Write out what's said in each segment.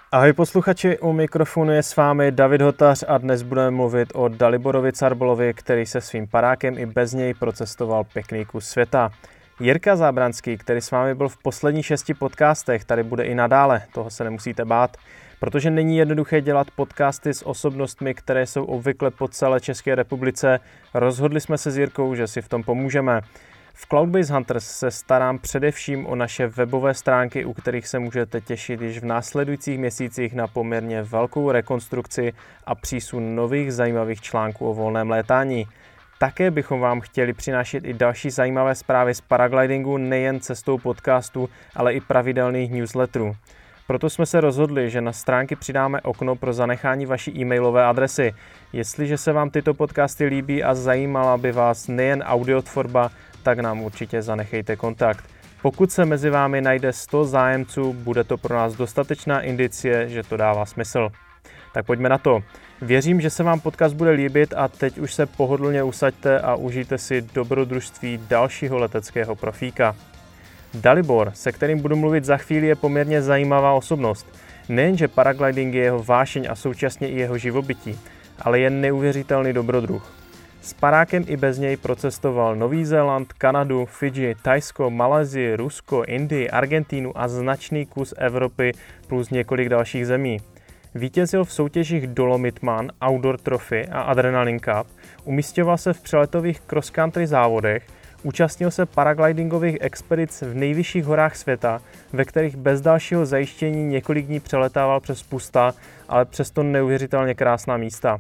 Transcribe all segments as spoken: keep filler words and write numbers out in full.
Ahoj posluchači, u mikrofonu je s vámi David Hotař a dnes budeme mluvit o Daliborovi Carbolovi, který se svým parákem i bez něj procestoval pěkný kus světa. Jirka Zábranský, který s vámi byl v posledních šesti podcastech, tady bude i nadále, toho se nemusíte bát, protože není jednoduché dělat podcasty s osobnostmi, které jsou obvykle po celé České republice. Rozhodli jsme se s Jirkou, že si v tom pomůžeme. V Cloudbase Hunters se starám především o naše webové stránky, u kterých se můžete těšit již v následujících měsících na poměrně velkou rekonstrukci a přísun nových zajímavých článků o volném létání. Také bychom vám chtěli přinášet i další zajímavé zprávy z paraglidingu nejen cestou podcastu, ale i pravidelných newsletterů. Proto jsme se rozhodli, že na stránky přidáme okno pro zanechání vaší e-mailové adresy. Jestliže se vám tyto podcasty líbí a zajímala by vás nejen audiotvorba, tak nám určitě zanechejte kontakt. Pokud se mezi vámi najde sto zájemců, bude to pro nás dostatečná indicie, že to dává smysl. Tak pojďme na to. Věřím, že se vám podcast bude líbit a teď už se pohodlně usaďte a užijte si dobrodružství dalšího leteckého profíka. Dalibor, se kterým budu mluvit za chvíli, je poměrně zajímavá osobnost. Nejenže paragliding je jeho vášeň a současně i jeho živobytí, ale je neuvěřitelný dobrodruh. S parákem i bez něj procestoval Nový Zéland, Kanadu, Fidži, Thajsko, Malajsii, Rusko, Indii, Argentínu a značný kus Evropy plus několik dalších zemí. Vítězil v soutěžích Dolomitman, Outdoor Trophy a Adrenaline Cup, umísťoval se v přeletových cross-country závodech, účastnil se paraglidingových expedic v nejvyšších horách světa, ve kterých bez dalšího zajištění několik dní přeletával přes pusta, ale přesto neuvěřitelně krásná místa.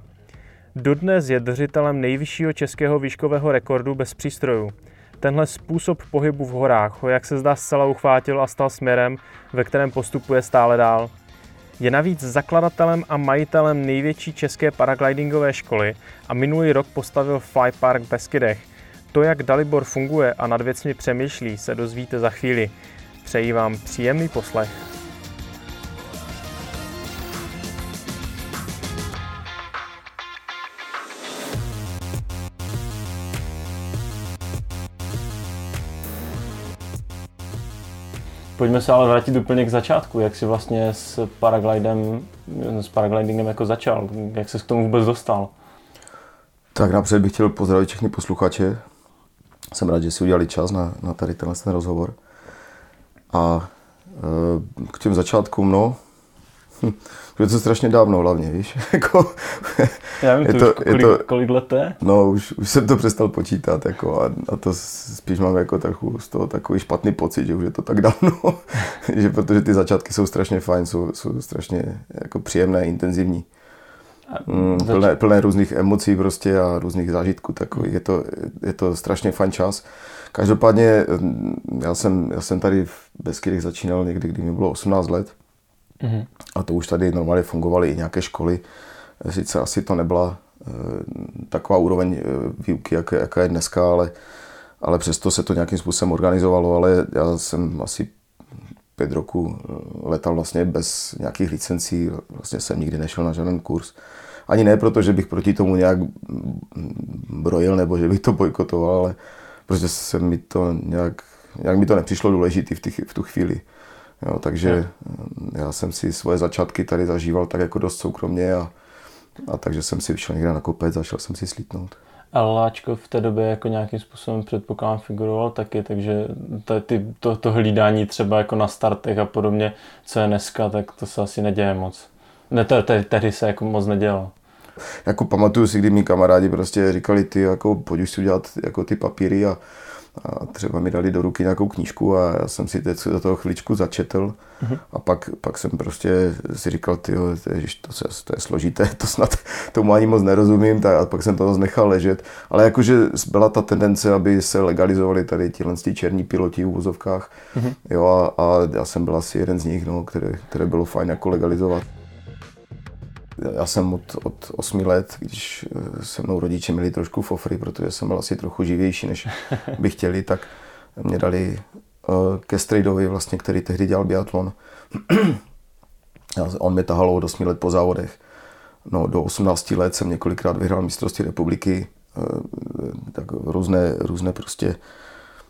Dodnes je držitelem nejvyššího českého výškového rekordu bez přístrojů. Tenhle způsob pohybu v horách ho, jak se zdá, zcela uchvátil a stal směrem, ve kterém postupuje stále dál. Je navíc zakladatelem a majitelem největší české paraglidingové školy a minulý rok postavil Flypark v Beskydech. To, jak Dalibor funguje a nad věcmi přemýšlí, se dozvíte za chvíli. Přeji vám příjemný poslech. Pojďme se ale vrátit úplně k začátku, jak jsi vlastně s paraglidem, s paraglidingem jako začal, jak jsi k tomu vůbec dostal? Tak napřed bych chtěl pozdravit všechny posluchače. Jsem rád, že si udělali čas na, na tady tenhle ten rozhovor. A e, k těm začátkům, no, hm, je to strašně dávno hlavně, víš. jako, Já vím, je to, to, kolik, je to, kolik let to je? No, už, už jsem to přestal počítat jako, a, a to spíš mám jako trochu z toho takový špatný pocit, že už je to tak dávno, že protože ty začátky jsou strašně fajn, jsou, jsou strašně jako příjemné, intenzivní. Mm, plné, plné různých emocí prostě a různých zážitků, takový. Je to, je to strašně fajn čas. Každopádně já jsem, já jsem tady v Beskydech začínal někdy, kdy mi bylo osmnáct let. Mm-hmm. A to už tady normálně fungovaly i nějaké školy. Sice asi to nebyla e, taková úroveň výuky, jak, jaká je dneska, ale, ale přesto se to nějakým způsobem organizovalo, ale já jsem asi pět roků letal vlastně bez nějakých licencí, vlastně jsem nikdy nešel na žádný kurz. Ani ne proto, že bych proti tomu nějak brojil, nebo že bych to bojkotoval, ale protože se mi to nějak, nějak mi to nepřišlo důležitý v, v tu chvíli. Jo, takže já jsem si svoje začátky tady zažíval tak jako dost soukromně a, a takže jsem si vyšel někde na kopec a šel jsem si slítnout. A Láčko v té době jako nějakým způsobem předpokládám figuroval taky, takže to, ty, to, to hlídání třeba jako na startech a podobně, co je dneska, tak to se asi neděje moc. Ne, to, te, tehdy se jako moc nedělo. Jako pamatuju si, kdy mý kamarádi prostě říkali, ty jako pojď už si udělat jako ty papíry a, a třeba mi dali do ruky nějakou knížku a já jsem si teď do toho chviličku začetl mm-hmm. a pak, pak jsem prostě si říkal, tyjo, ježiš, to, se, to je složité, to snad tomu ani moc nerozumím, tak a pak jsem to nechal ležet, ale jakože byla ta tendence, aby se legalizovali tady tihle černí piloti v uvozovkách, mm-hmm. jo a, a já jsem byl asi jeden z nich, no, které, které bylo fajn jako legalizovat. Já jsem od, od osmi let, když se mnou rodiče měli trošku fofry, protože jsem byl asi trochu živější, než by chtěli, tak mě dali uh, ke strejdovi, vlastně, který tehdy dělal biatlon. On mě tahal od osmi let po závodech. No, do osmnácti let jsem několikrát vyhrál mistrovství republiky, uh, tak různé, různé prostě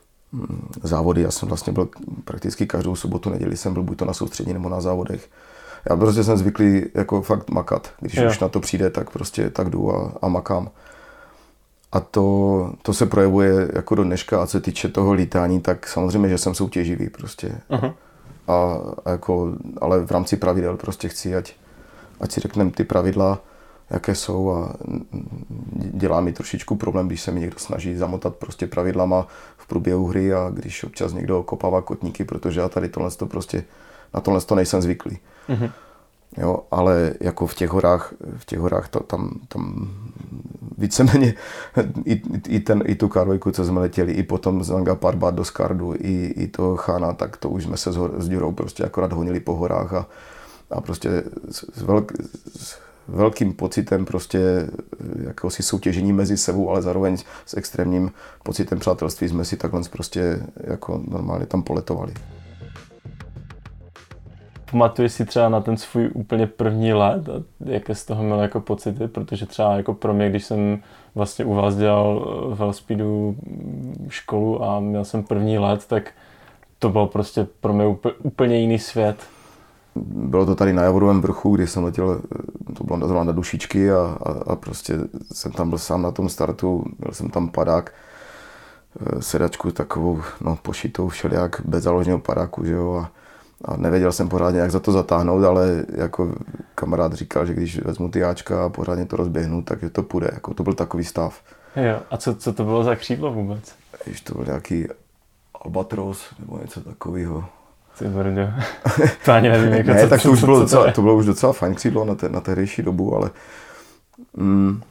um, závody. Já jsem vlastně byl prakticky každou sobotu, neděli jsem byl buď to na soustředění nebo na závodech. Já prostě jsem zvyklý jako fakt makat. Když jo. už na to přijde, tak prostě tak jdu a, a makám. A to, to se projevuje jako do dneška, a co se týče toho lítání, tak samozřejmě, že jsem soutěživý prostě. Uh-huh. A, a jako, ale v rámci pravidel prostě chci, ať, ať si řekneme ty pravidla, jaké jsou, a dělá mi trošičku problém, když se mi někdo snaží zamotat prostě pravidlama v průběhu hry, a když občas někdo kopává kotníky, protože já tady tohle to prostě, na tohle to nejsem zvyklý. Uh-huh. Jo, ale jako v těch horách, v těch horách to, tam, tam víceméně i, i, ten, i tu K dva, co jsme letěli, i potom z Nanga Parbat do Skardu, i, i to Chána, tak to už jsme se s, hor, s Ďurou prostě akorát honili po horách, a, a prostě s, velk, s velkým pocitem prostě jakousi soutěžení mezi sebou, ale zároveň s extrémním pocitem přátelství jsme si takhle prostě jako normálně tam poletovali. Pamatuješ si třeba na ten svůj úplně první let a jaké z toho měl jako pocity, protože třeba jako pro mě, když jsem vlastně u vás dělal v Velspeedu školu a měl jsem první let, tak to bylo prostě pro mě úplně jiný svět. Bylo to tady na Javorovém vrchu, kdy jsem letěl, to bylo zrovna na Dušičky, a, a, a prostě jsem tam byl sám na tom startu, měl jsem tam padák, sedačku takovou, no pošitou všelijak, bez záložního padáku, že jo, a A nevěděl jsem pořádně, jak za to zatáhnout, ale jako kamarád říkal, že když vezmu ty áčka a pořádně to rozběhnu, takže to půjde. Jako to byl takový stav. Jo. A co, co to bylo za křídlo vůbec? Když to byl nějaký Albatros nebo něco takového. Ty brďo. To ani nevím, jako ne, co, tak to, co, už bylo co docela, to, to bylo už docela fajn křídlo na, te, na tehdejší dobu, ale mm,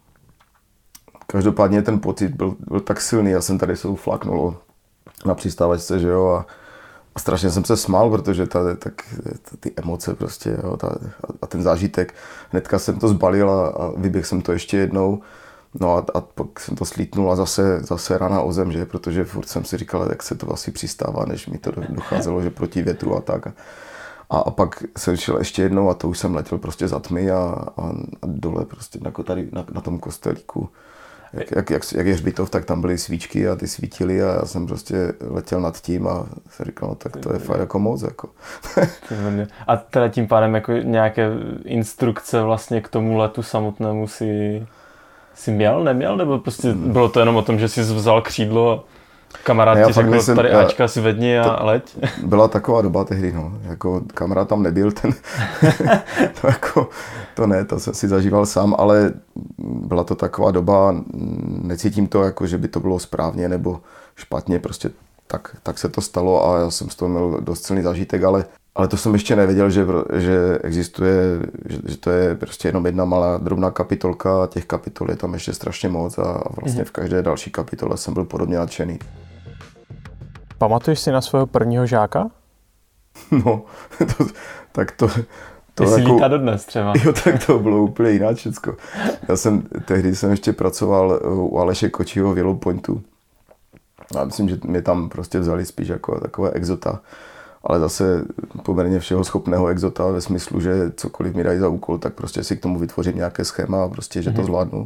každopádně ten pocit byl, byl tak silný. Já jsem tady se ufláknul na přistávačce, že jo, a A strašně jsem se smál, protože ta, tak, ta, ty emoce prostě, jo, ta, a ten zážitek, hnedka jsem to zbalil a, a vyběhl jsem to ještě jednou. No a, a pak jsem to slítnul a zase, zase rána o zem, že? Protože furt jsem si říkal, jak se to asi přistává, než mi to docházelo, že proti větru a tak. A, a pak jsem šel ještě jednou a to už jsem letěl prostě za tmy a, a, a dole prostě jako tady na, na tom kostelíku. Jak, jak, jak, jak je hřbitov, tak tam byly svíčky a ty svítily a já jsem prostě letěl nad tím a jsem říkal, no tak to je fakt jako moc. Jako. A teda tím pádem jako nějaké instrukce vlastně k tomu letu samotnému si, si měl, neměl? Nebo prostě bylo to jenom o tom, že jsi vzal křídlo a kamarád ne, ti řekl, jsem, tady áčka si vedni a to, leď? Byla taková doba tehdy, no. Jako kamarád tam nebyl, ten to jako, to ne, to jsem si zažíval sám, ale byla to taková doba, necítím to jako, že by to bylo správně nebo špatně, prostě tak, tak se to stalo a já jsem z toho měl dost silný zážitek, ale, ale to jsem ještě nevěděl, že, že existuje, že, že to je prostě jenom jedna malá drobná kapitolka a těch kapitol je tam ještě strašně moc a vlastně v každé další kapitole jsem byl podobně nadšený. Pamatuješ si na svého prvního žáka? No, to, tak to... to Jestli jako, lítá dodnes třeba. Jo, tak to bylo úplně jiná všecko. Já jsem, tehdy jsem ještě pracoval u Aleše Kočího v Yellow Pointu. Já myslím, že mě tam prostě vzali spíš jako takové exota. Ale zase poměrně všeho schopného exota ve smyslu, že cokoliv mi dají za úkol, tak prostě si k tomu vytvořím nějaké schéma a prostě, že to zvládnu.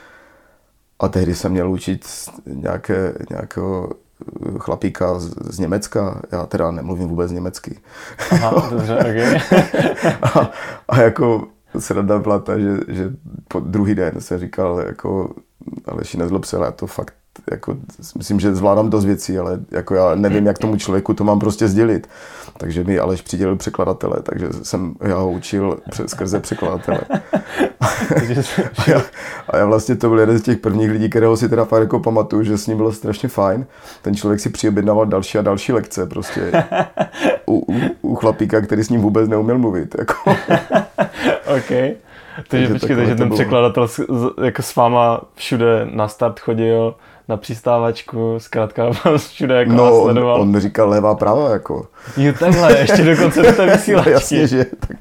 A tehdy jsem měl učit nějaké, nějakého chlapíka z, z Německa, já teda nemluvím vůbec německy. Aha, dobře, okay. a, a jako sranda byla ta, že, že po druhý den jsem říkal, jako Aleši, nezlob se, ale já to fakt, jako, myslím, že zvládám dost věcí, ale jako já nevím, jak tomu člověku to mám prostě sdělit. Takže mi Aleš přidělil překladatele, takže jsem já ho učil skrze překladatele. a, já, a já vlastně to byl jeden z těch prvních lidí, kterého si teda fakt jako pamatuju, že s ním bylo strašně fajn. Ten člověk si přiobjednával další a další lekce prostě u, u, u chlapíka, který s ním vůbec neuměl mluvit. Jako. OK. Takže počkejte, že ten bylo. Překladatel jako s váma všude na start chodil, na přistávačku, zkrátka všude jako no, následoval. On, on mi říkal levá práva, jako. Jo, takhle, ještě dokonce do té vysílačky. Jasně, že tak.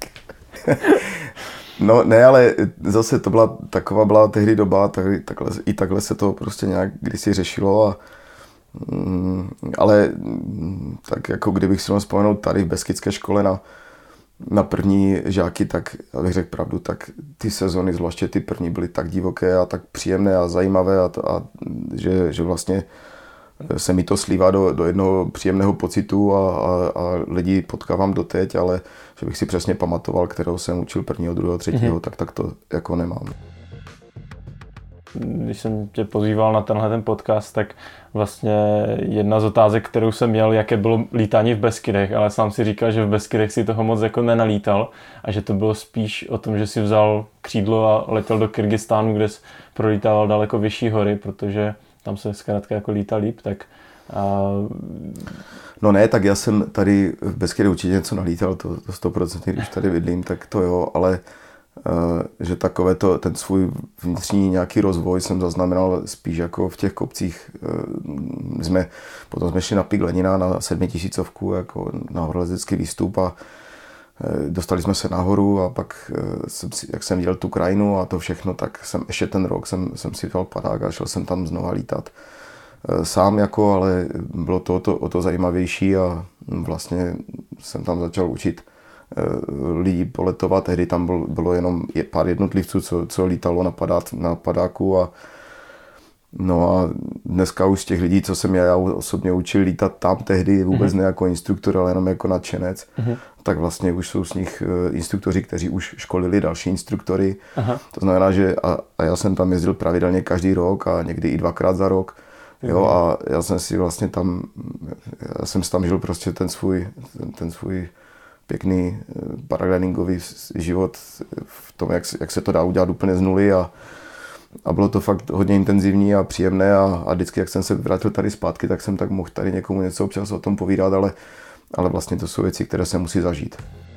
No ne, ale zase to byla taková byla tehdy doba, tak, takhle, i takhle se to prostě nějak kdysi řešilo a mm, ale tak jako kdybych si mohl vzpomenout tady v Beskydské škole na na první žáky, tak abych řekl pravdu, tak ty sezony, zvláště ty první, byly tak divoké a tak příjemné a zajímavé a, to, a že, že vlastně se mi to slívá do, do jednoho příjemného pocitu a, a, a lidi potkávám doteď, ale že bych si přesně pamatoval, kterého jsem učil prvního, druhého, třetího, mm-hmm. tak, tak to jako nemám. Když jsem tě pozýval na tenhle ten podcast, tak vlastně jedna z otázek, kterou jsem měl, jaké bylo lítání v Beskydech, ale sám si říkal, že v Beskydech si toho moc jako nenalítal a že to bylo spíš o tom, že si vzal křídlo a letěl do Kyrgyzstánu, kde jsi prolítával daleko vyšší hory, protože tam se zkrátka jako lítá líp, tak... A... No ne, tak já jsem tady v Beskydech určitě něco nalítal, to, to sto procent, když tady bydlím, tak to jo, ale Uh, že takové to, ten svůj vnitřní nějaký rozvoj jsem zaznamenal spíš jako v těch kopcích. Uh, jsme, potom jsme šli na Pík Lenina na sedmitisícovku, jako na horolezecký výstup a uh, dostali jsme se nahoru a pak, uh, jsem si, jak jsem viděl tu krajinu a to všechno, tak jsem ještě ten rok jsem, jsem si vzal padák a šel jsem tam znova lítat. Uh, sám jako, ale bylo to o to, o to zajímavější a vlastně jsem tam začal učit lidí poletovat. Tehdy tam byl, bylo jenom pár jednotlivců, co, co lítalo na, padát, na padáku a no a dneska už z těch lidí, co jsem já, já osobně učil lítat tam tehdy, vůbec mm-hmm. ne jako instruktor, ale jenom jako nadšenec, mm-hmm. tak vlastně už jsou z nich instruktoři, kteří už školili další instruktory. Aha. To znamená, že a, a já jsem tam jezdil pravidelně každý rok a někdy i dvakrát za rok. Jo, a já jsem si vlastně tam, já jsem si tam žil prostě ten svůj, ten, ten svůj pěkný paraglidingový život v tom, jak, jak se to dá udělat úplně z nuly a, a bylo to fakt hodně intenzivní a příjemné a, a vždycky, jak jsem se vrátil tady zpátky, tak jsem tak mohl tady někomu něco občas o tom povídat, ale, ale vlastně to jsou věci, které se musí zažít.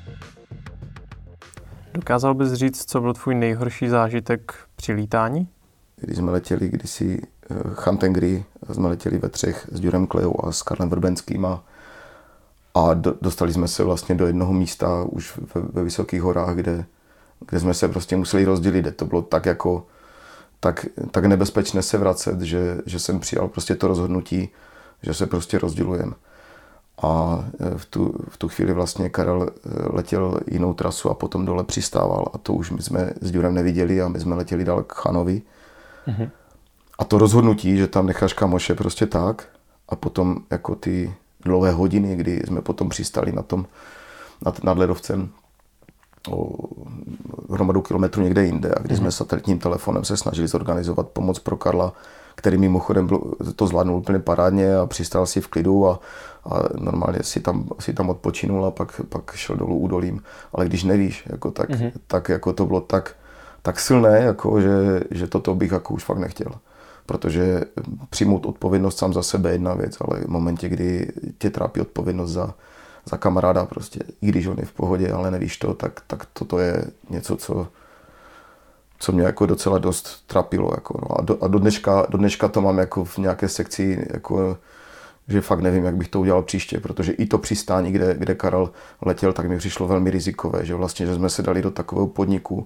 Dokázal bys říct, co byl tvůj nejhorší zážitek při lítání? Když jsme letěli kdysi Chantengri, jsme letěli ve třech s Jurem Klejou a s Karlem Vrbenským a A do, dostali jsme se vlastně do jednoho místa už ve, ve Vysokých horách, kde, kde jsme se prostě museli rozdělit, kde to bylo tak jako tak, tak nebezpečné se vracet, že, že jsem přijal prostě to rozhodnutí, že se prostě rozdělujeme. A v tu, v tu chvíli vlastně Karel letěl jinou trasu a potom dole přistával a to už my jsme s Jurem neviděli a my jsme letěli dál k Chanovi. Mhm. A to rozhodnutí, že tam necháš kamoše prostě tak a potom jako ty dlouhé hodiny, kdy jsme potom přistali na tom, nad, nad ledovcem o hromadu kilometrů někde jinde a kdy mm. jsme satelitním telefonem se snažili zorganizovat pomoc pro Karla, který mimochodem to zvládnul úplně parádně a přistál si v klidu a, a normálně si tam, si tam odpočinul a pak, pak šel dolů údolím. Ale když nevíš, jako tak, mm. tak jako to bylo tak, tak silné, jako že, že toto bych jako už fakt nechtěl. Protože přijmout odpovědnost sám za sebe je jedna věc, ale v momentě, kdy tě trápí odpovědnost za, za kamaráda, prostě, i když on je v pohodě, ale nevíš to, tak, tak toto je něco, co, co mě jako docela dost trápilo. Jako, no. A, do, a do, dneška, do dneška to mám jako v nějaké sekci, jako, že fakt nevím, jak bych to udělal příště, protože i to přistání, kde, kde Karel letěl, tak mi přišlo velmi rizikové, že vlastně, že jsme se dali do takového podniku,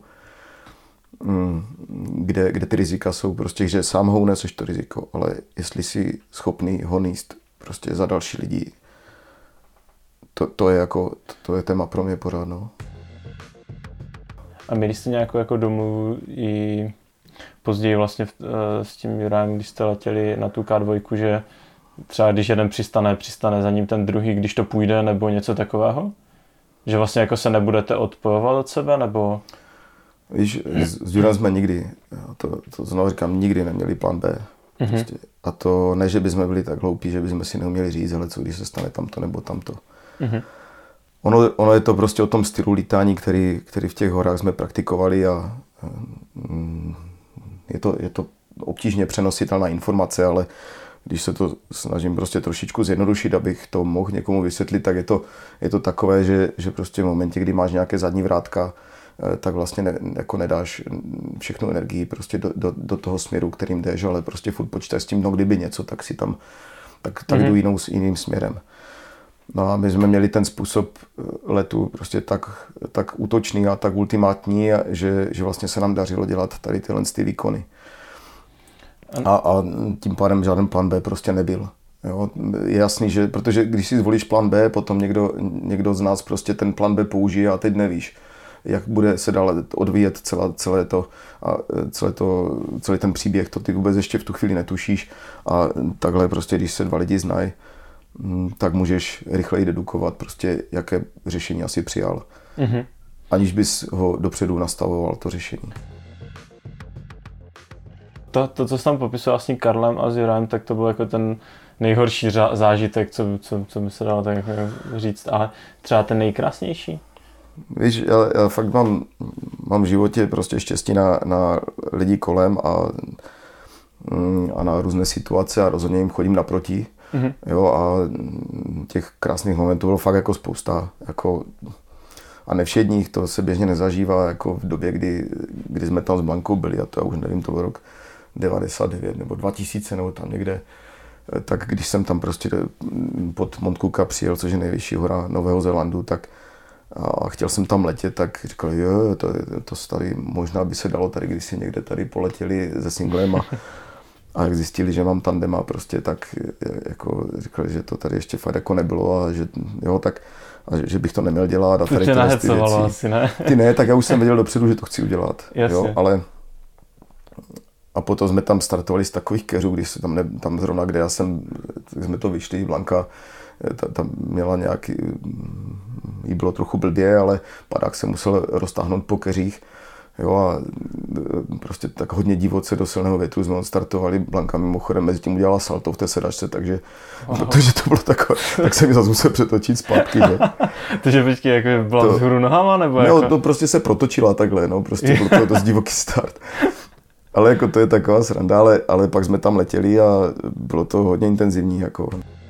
Kde, kde ty rizika jsou prostě, že sám ho uneseš to riziko, ale jestli jsi schopný ho níst prostě za další lidi, to, to je jako, to je téma pro mě pořád, no. A měli jste nějakou jako domluvu i později vlastně v, s tím Jurajem, když jste letěli na tu ká dva, že třeba když jeden přistane, přistane za ním ten druhý, když to půjde, nebo něco takového? Že vlastně jako se nebudete odpojovat od sebe, nebo... Víš, s Jurem jsme nikdy, to, to znovu říkám, nikdy neměli plán B. Mm-hmm. Prostě. A to ne, že bychom byli tak hloupí, že bychom si neuměli říct, ale co když se stane tamto nebo tamto. Mm-hmm. Ono, ono je to prostě o tom stylu lítání, který, který v těch horách jsme praktikovali a je to, je to obtížně přenositelná informace, ale když se to snažím prostě trošičku zjednodušit, abych to mohl někomu vysvětlit, tak je to, je to takové, že, že prostě v momentě, kdy máš nějaké zadní vrátka, tak vlastně ne, jako nedáš všechnu energii prostě do, do, do toho směru, kterým jdeš, ale prostě furt počítáš s tím, no kdyby něco, tak si tam, tak, tak mm-hmm. jdu jinou, jiným směrem. No a my jsme měli ten způsob letu prostě tak, tak útočný a tak ultimátní, že, že vlastně se nám dařilo dělat tady tyhle ty výkony. A, a tím pádem žádný plán B prostě nebyl. Jo, je jasný, že protože když si zvolíš plán B, potom někdo, někdo z nás prostě ten plán B použije a teď nevíš. jak bude se dále odvíjet celé, celé to, a celé to, celý ten příběh, to ty vůbec ještě v tu chvíli netušíš a takhle prostě, když se dva lidi znají, tak můžeš rychleji dedukovat prostě, jaké řešení asi přijal. Mm-hmm. Aniž bys ho dopředu nastavoval, to řešení. To, to co jsi tam popisoval vlastně Karlem a s Jurajem, tak to byl jako ten nejhorší řa- zážitek, co, co, co by se dalo tak jako říct, ale třeba ten nejkrásnější? Víš, já, já fakt mám, mám v životě prostě štěstí na, na lidi kolem a, a na různé situace a rozhodně jim chodím naproti. Mm-hmm. Jo, a těch krásných momentů bylo fakt jako spousta. Jako, a nevšedních, to se běžně nezažívá jako v době, kdy, kdy jsme tam s Blankou byli, a to já už nevím, to byl rok devadesát devět nebo dva tisíce nebo tam někde. Tak když jsem tam prostě pod Mount Cooka přijel, což je nejvyšší hora Nového Zélandu, tak a chtěl jsem tam letět, tak říkal, jo, to, to tady možná by se dalo tady, když si někde tady poletěli se singlem a, a jak zjistili, že mám tandema prostě, tak jako říkali, že to tady ještě fakt jako nebylo a že jo, tak a že, že bych to neměl dělat a tady tyhle ty věci. Asi, ne? Ty ne, tak já už jsem věděl dopředu, že to chci udělat, jo, ale a potom jsme tam startovali z takových keřů, když se tam, ne, tam zrovna, kde já jsem, jsme to vyšli, Blanka ta, tam měla nějaký, jí bylo trochu blbě, ale padák se musel roztáhnout po keřích, jo, a prostě tak hodně divoce do silného větru jsme odstartovali. Blanka mimochodem mezi tím udělala salto v té sedačce, takže oh. protože to bylo takové, tak se mi zase musel přetočit zpátky, že? Takže počkej, jako byla to, vzhůru nohama, nebo no, jako? to prostě se protočila takhle, no, prostě byl to dost divoký start. Ale jako to je taková sranda, ale, ale pak jsme tam letěli a bylo to hodně intenzivní, jako.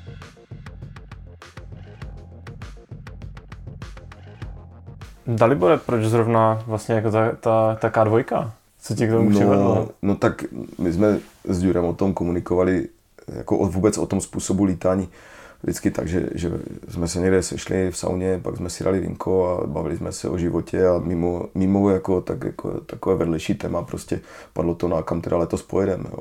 Dalibore, proč zrovna vlastně jako ta, ta, ta ká dva? Co tě k tomu no, přivedlo? No tak my jsme s Jurem o tom komunikovali, jako vůbec o tom způsobu lítání vždycky tak, že, že jsme se někde sešli v sauně, pak jsme si dali vínko a bavili jsme se o životě a mimo, mimo jako, tak, jako takové vedlejší téma prostě padlo to na kam teda letos pojedeme. Jo.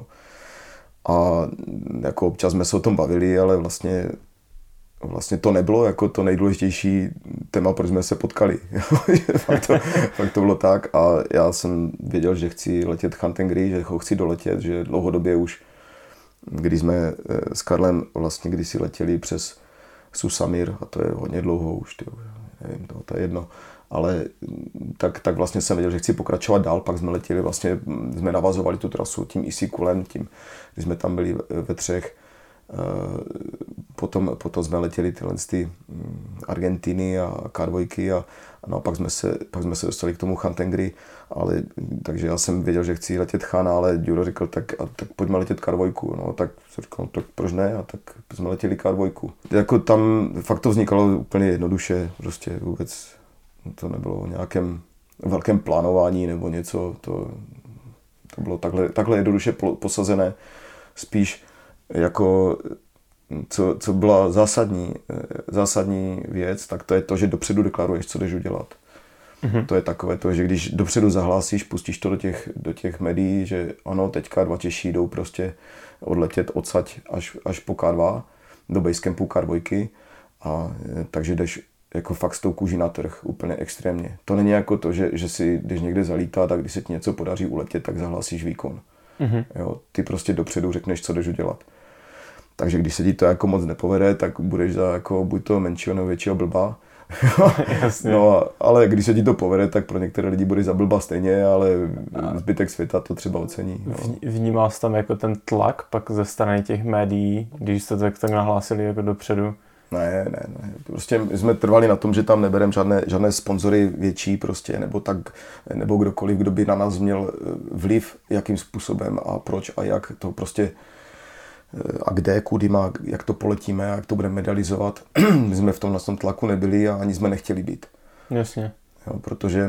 A jako občas jsme se o tom bavili, ale vlastně Vlastně to nebylo jako to nejdůležitější téma, proč jsme se potkali. fakt, to, fakt to bylo tak a já jsem věděl, že chci letět Huntingry, že ho chci doletět, že dlouhodobě už, když jsme s Karlem vlastně kdysi letěli přes Susamir, a to je hodně dlouho už, tyjo, nevím, to, to je jedno, ale tak, tak vlastně jsem věděl, že chci pokračovat dál, pak jsme letěli, vlastně jsme navazovali tu trasu tím easy coolem, tím, když jsme tam byli ve třech. Potom, potom jsme letěli tyhle ty Argentiny a ká dva a, a no, pak, jsme se, pak jsme se dostali k tomu Huntingry, ale takže já jsem věděl, že chci letět Chana, ale Juro řekl, tak, a, tak pojďme letět ká dva, no, tak jsem říkal, no, tak proč ne, a tak jsme letěli ká dva. Jako tam fakt to vznikalo úplně jednoduše, prostě vůbec to nebylo o nějakém velkém plánování nebo něco, to, to bylo takhle, takhle jednoduše posazené, spíš jako co, co byla zásadní, zásadní věc, tak to je to, že dopředu deklaruješ, co jdeš udělat. Mm-hmm. To je takové to, že když dopředu zahlásíš, pustíš to do těch, do těch médií, že ano, teďka dva Češi jdou prostě odletět odsaď až, až po ká dva, do basecampu ká dva, a takže jdeš jako fakt s tou kůží na trh, úplně extrémně. To není jako to, že, že si jdeš někde zalítat a když se ti něco podaří uletět, tak zahlásíš výkon. Mm-hmm. Jo, ty prostě dopředu řekneš, co jdeš udělat. Takže když se ti to jako moc nepovede, tak budeš za jako buď to menšího nebo většího blba. No, ale když se ti to povede, tak pro některé lidi budeš za blba stejně, ale zbytek světa to třeba ocení. No. Vnímal jsi tam jako ten tlak pak ze strany těch médií, když jste tak, tak nahlásili jako dopředu? Ne, ne, ne. Prostě jsme trvali na tom, že tam nebereme žádné, žádné sponzory větší prostě, nebo tak, nebo kdokoliv, kdo by na nás měl vliv, jakým způsobem a proč a jak to prostě a kde, kudy má, jak to poletíme a jak to budeme medializovat. My jsme v tomhle tom tlaku nebyli a ani jsme nechtěli být. Jasně. Jo, protože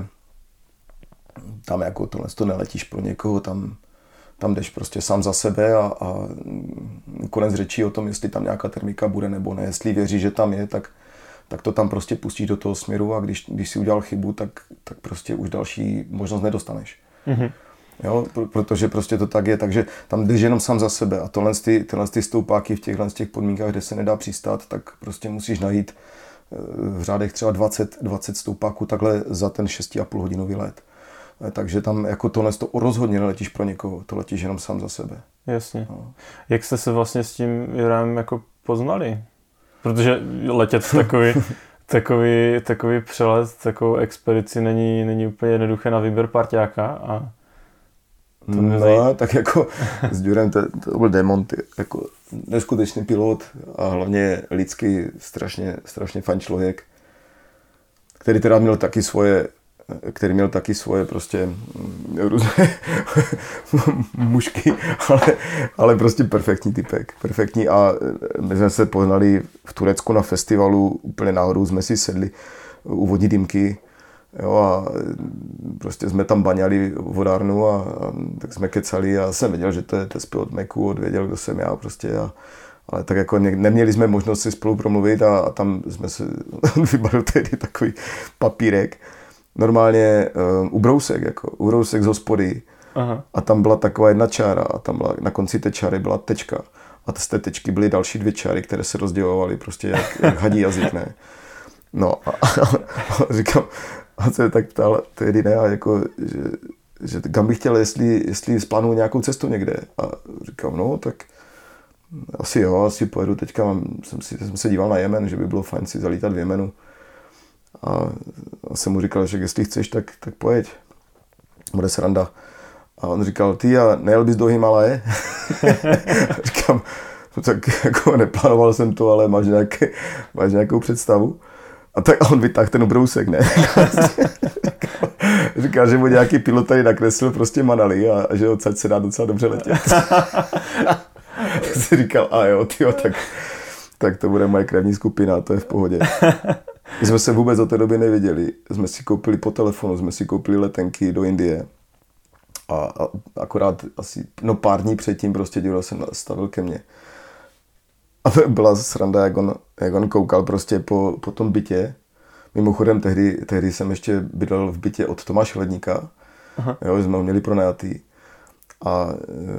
tam jako tohle to neletíš pro někoho, tam, tam jdeš prostě sám za sebe a, a konec řečí o tom, jestli tam nějaká termika bude nebo ne. Jestli věříš, že tam je, tak, tak to tam prostě pustíš do toho směru a když, když si udělal chybu, tak, tak prostě už další možnost nedostaneš. Mm-hmm. Jo, protože prostě to tak je, takže tam jdeš jenom sám za sebe a tohle ty, tyhle ty stoupáky v těchhle těch podmínkách, kde se nedá přistát, tak prostě musíš najít v řádech třeba dvacet, dvacet stoupáků takhle za ten šest a půl hodinový let. Takže tam jako tohle to rozhodně neletíš pro někoho, to letíš jenom sám za sebe. Jasně. No. Jak jste se vlastně s tím Jurem jako poznali? Protože letět takový, takový, takový přelet, takovou expedici není, není úplně jednoduché na výběr parťáka. A to no, zajímá. Tak jako s Jurem to, to byl démon, ty, jako neskutečný pilot a hlavně lidský strašně, strašně fajn člověk, který teda měl taky svoje který měl taky svoje prostě různé mužky, ale, ale prostě perfektní typek, perfektní a my jsme se poznali v Turecku na festivalu, úplně náhodou jsme si sedli u vodní dýmky, jo, a prostě jsme tam baňali vodárnu a, a tak jsme kecali a jsem věděl, že to je test pilot Meku, věděl, kdo jsem já prostě a ale tak jako ne, neměli jsme možnost si spolu promluvit a, a tam jsme se vybalil tedy takový papírek, normálně uh, ubrousek, jako ubrousek z hospody. Aha. A tam byla taková jedna čára a tam byla, na konci té čáry byla tečka a z té tečky byly další dvě čáry, které se rozdělovaly prostě jak, jak hadí jazyk, ne. No a, a, a říkám, a se tak ptal tehdy, ne, a jako, že, že kam bych chtěl, jestli, jestli splánuju nějakou cestu někde. A říkám, no tak asi jo, asi pojedu teďka, mám, jsem, si, jsem se díval na Jemen, že by bylo fajn si zalítat v Jemenu. A, a jsem mu říkal, že jestli chceš, tak, tak pojeď. Bude sranda. A on říkal, ty a nejel bys do Himalaje? Říkám, no tak jako neplánoval jsem to, ale máš, nějaké, máš nějakou představu? A tak on vytáhl ten ubrousek, ne? Říkal, že mu nějaký pilot tady nakreslil prostě Manali a, a že odsaď se dá docela dobře letět. Tak si říkal, a jo, tyjo, tak, tak to bude moje krevní skupina, to je v pohodě. My jsme se vůbec od té doby neviděli. Jsme si koupili po telefonu, jsme si koupili letenky do Indie. A, a akorát asi no pár dní předtím prostě Ďuro se nastavil ke mně. A byla sranda, jak on, jak on koukal prostě po, po tom bytě. Mimochodem tehdy, tehdy jsem ještě bydlel v bytě od Tomáše Ledníka. Jo, jsme ho měli pronajatý. A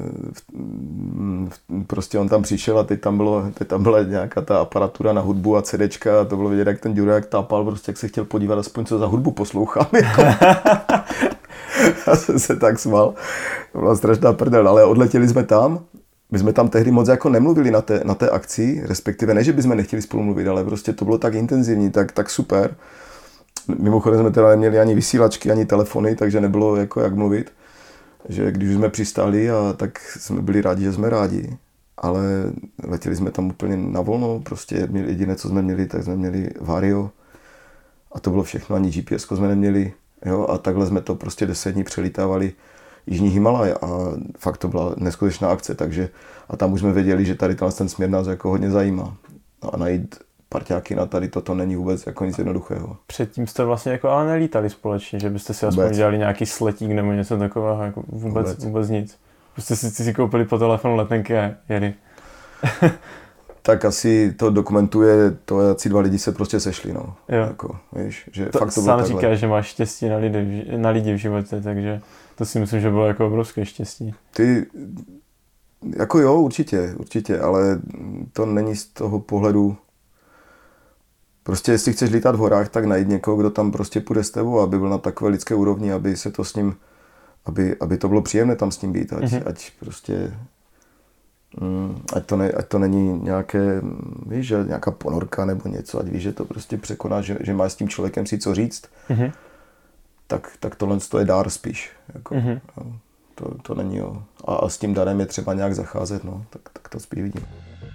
prostě on tam přišel a teď tam, bylo, teď tam byla nějaká ta aparatura na hudbu a CDčka a to bylo vidět, jak ten Ďuro jak tápal, prostě jak se chtěl podívat aspoň, co za hudbu poslouchám. Jako. Já jsem se tak smál. To byla strašná prdel, ale odletěli jsme tam. My jsme tam tehdy moc jako nemluvili na té, na té akci, respektive ne, že bychom nechtěli spolu mluvit, ale prostě to bylo tak intenzivní, tak, tak super. Mimochodem jsme teda neměli ani vysílačky, ani telefony, takže nebylo jako jak mluvit. Že když jsme přistáli, a tak jsme byli rádi, že jsme rádi, ale letěli jsme tam úplně na volno, prostě jediné, co jsme měli, tak jsme měli Vario a to bylo všechno, ani G P S ko jsme neměli, jo, a takhle jsme to prostě deset dní přelítávali Jižní Himalaj a fakt to byla neskutečná akce, takže a tam už jsme věděli, že tady ten směr nás jako hodně zajímá a najít parťáky na tady toto není vůbec jako nic jednoduchého. Předtím jste vlastně jako ale nelítali společně, že byste si aspoň vůbec dělali nějaký sletík nebo něco takového, jako vůbec, vůbec. vůbec nic. Prostě si, si koupili po telefonu letenky a jeli. Tak asi to dokumentuje to, jak si dva lidi se prostě sešli, no. Jo. Jako, víš, že to fakt to bylo sám říkáš, že máš štěstí na lidi, na lidi v životě, takže to si myslím, že bylo jako obrovské štěstí. Ty, jako jo, určitě, určitě, ale to není z toho pohledu. Prostě jestli chceš lítat v horách, tak najít někoho, kdo tam prostě půjde s tebou, aby byl na takové lidské úrovni, aby se to s ním, aby, aby to bylo příjemné tam s ním být, ať, mm-hmm. ať prostě, mm, ať, to ne, ať to není nějaké, víš, že nějaká ponorka nebo něco, ať víš, že to prostě překonáš, že, že máš s tím člověkem si co říct, mm-hmm. tak, tak tohle je dár spíš, jako, mm-hmm. no, to, to není, jo. A, a s tím darem je třeba nějak zacházet, no, tak, tak to spíš vidím.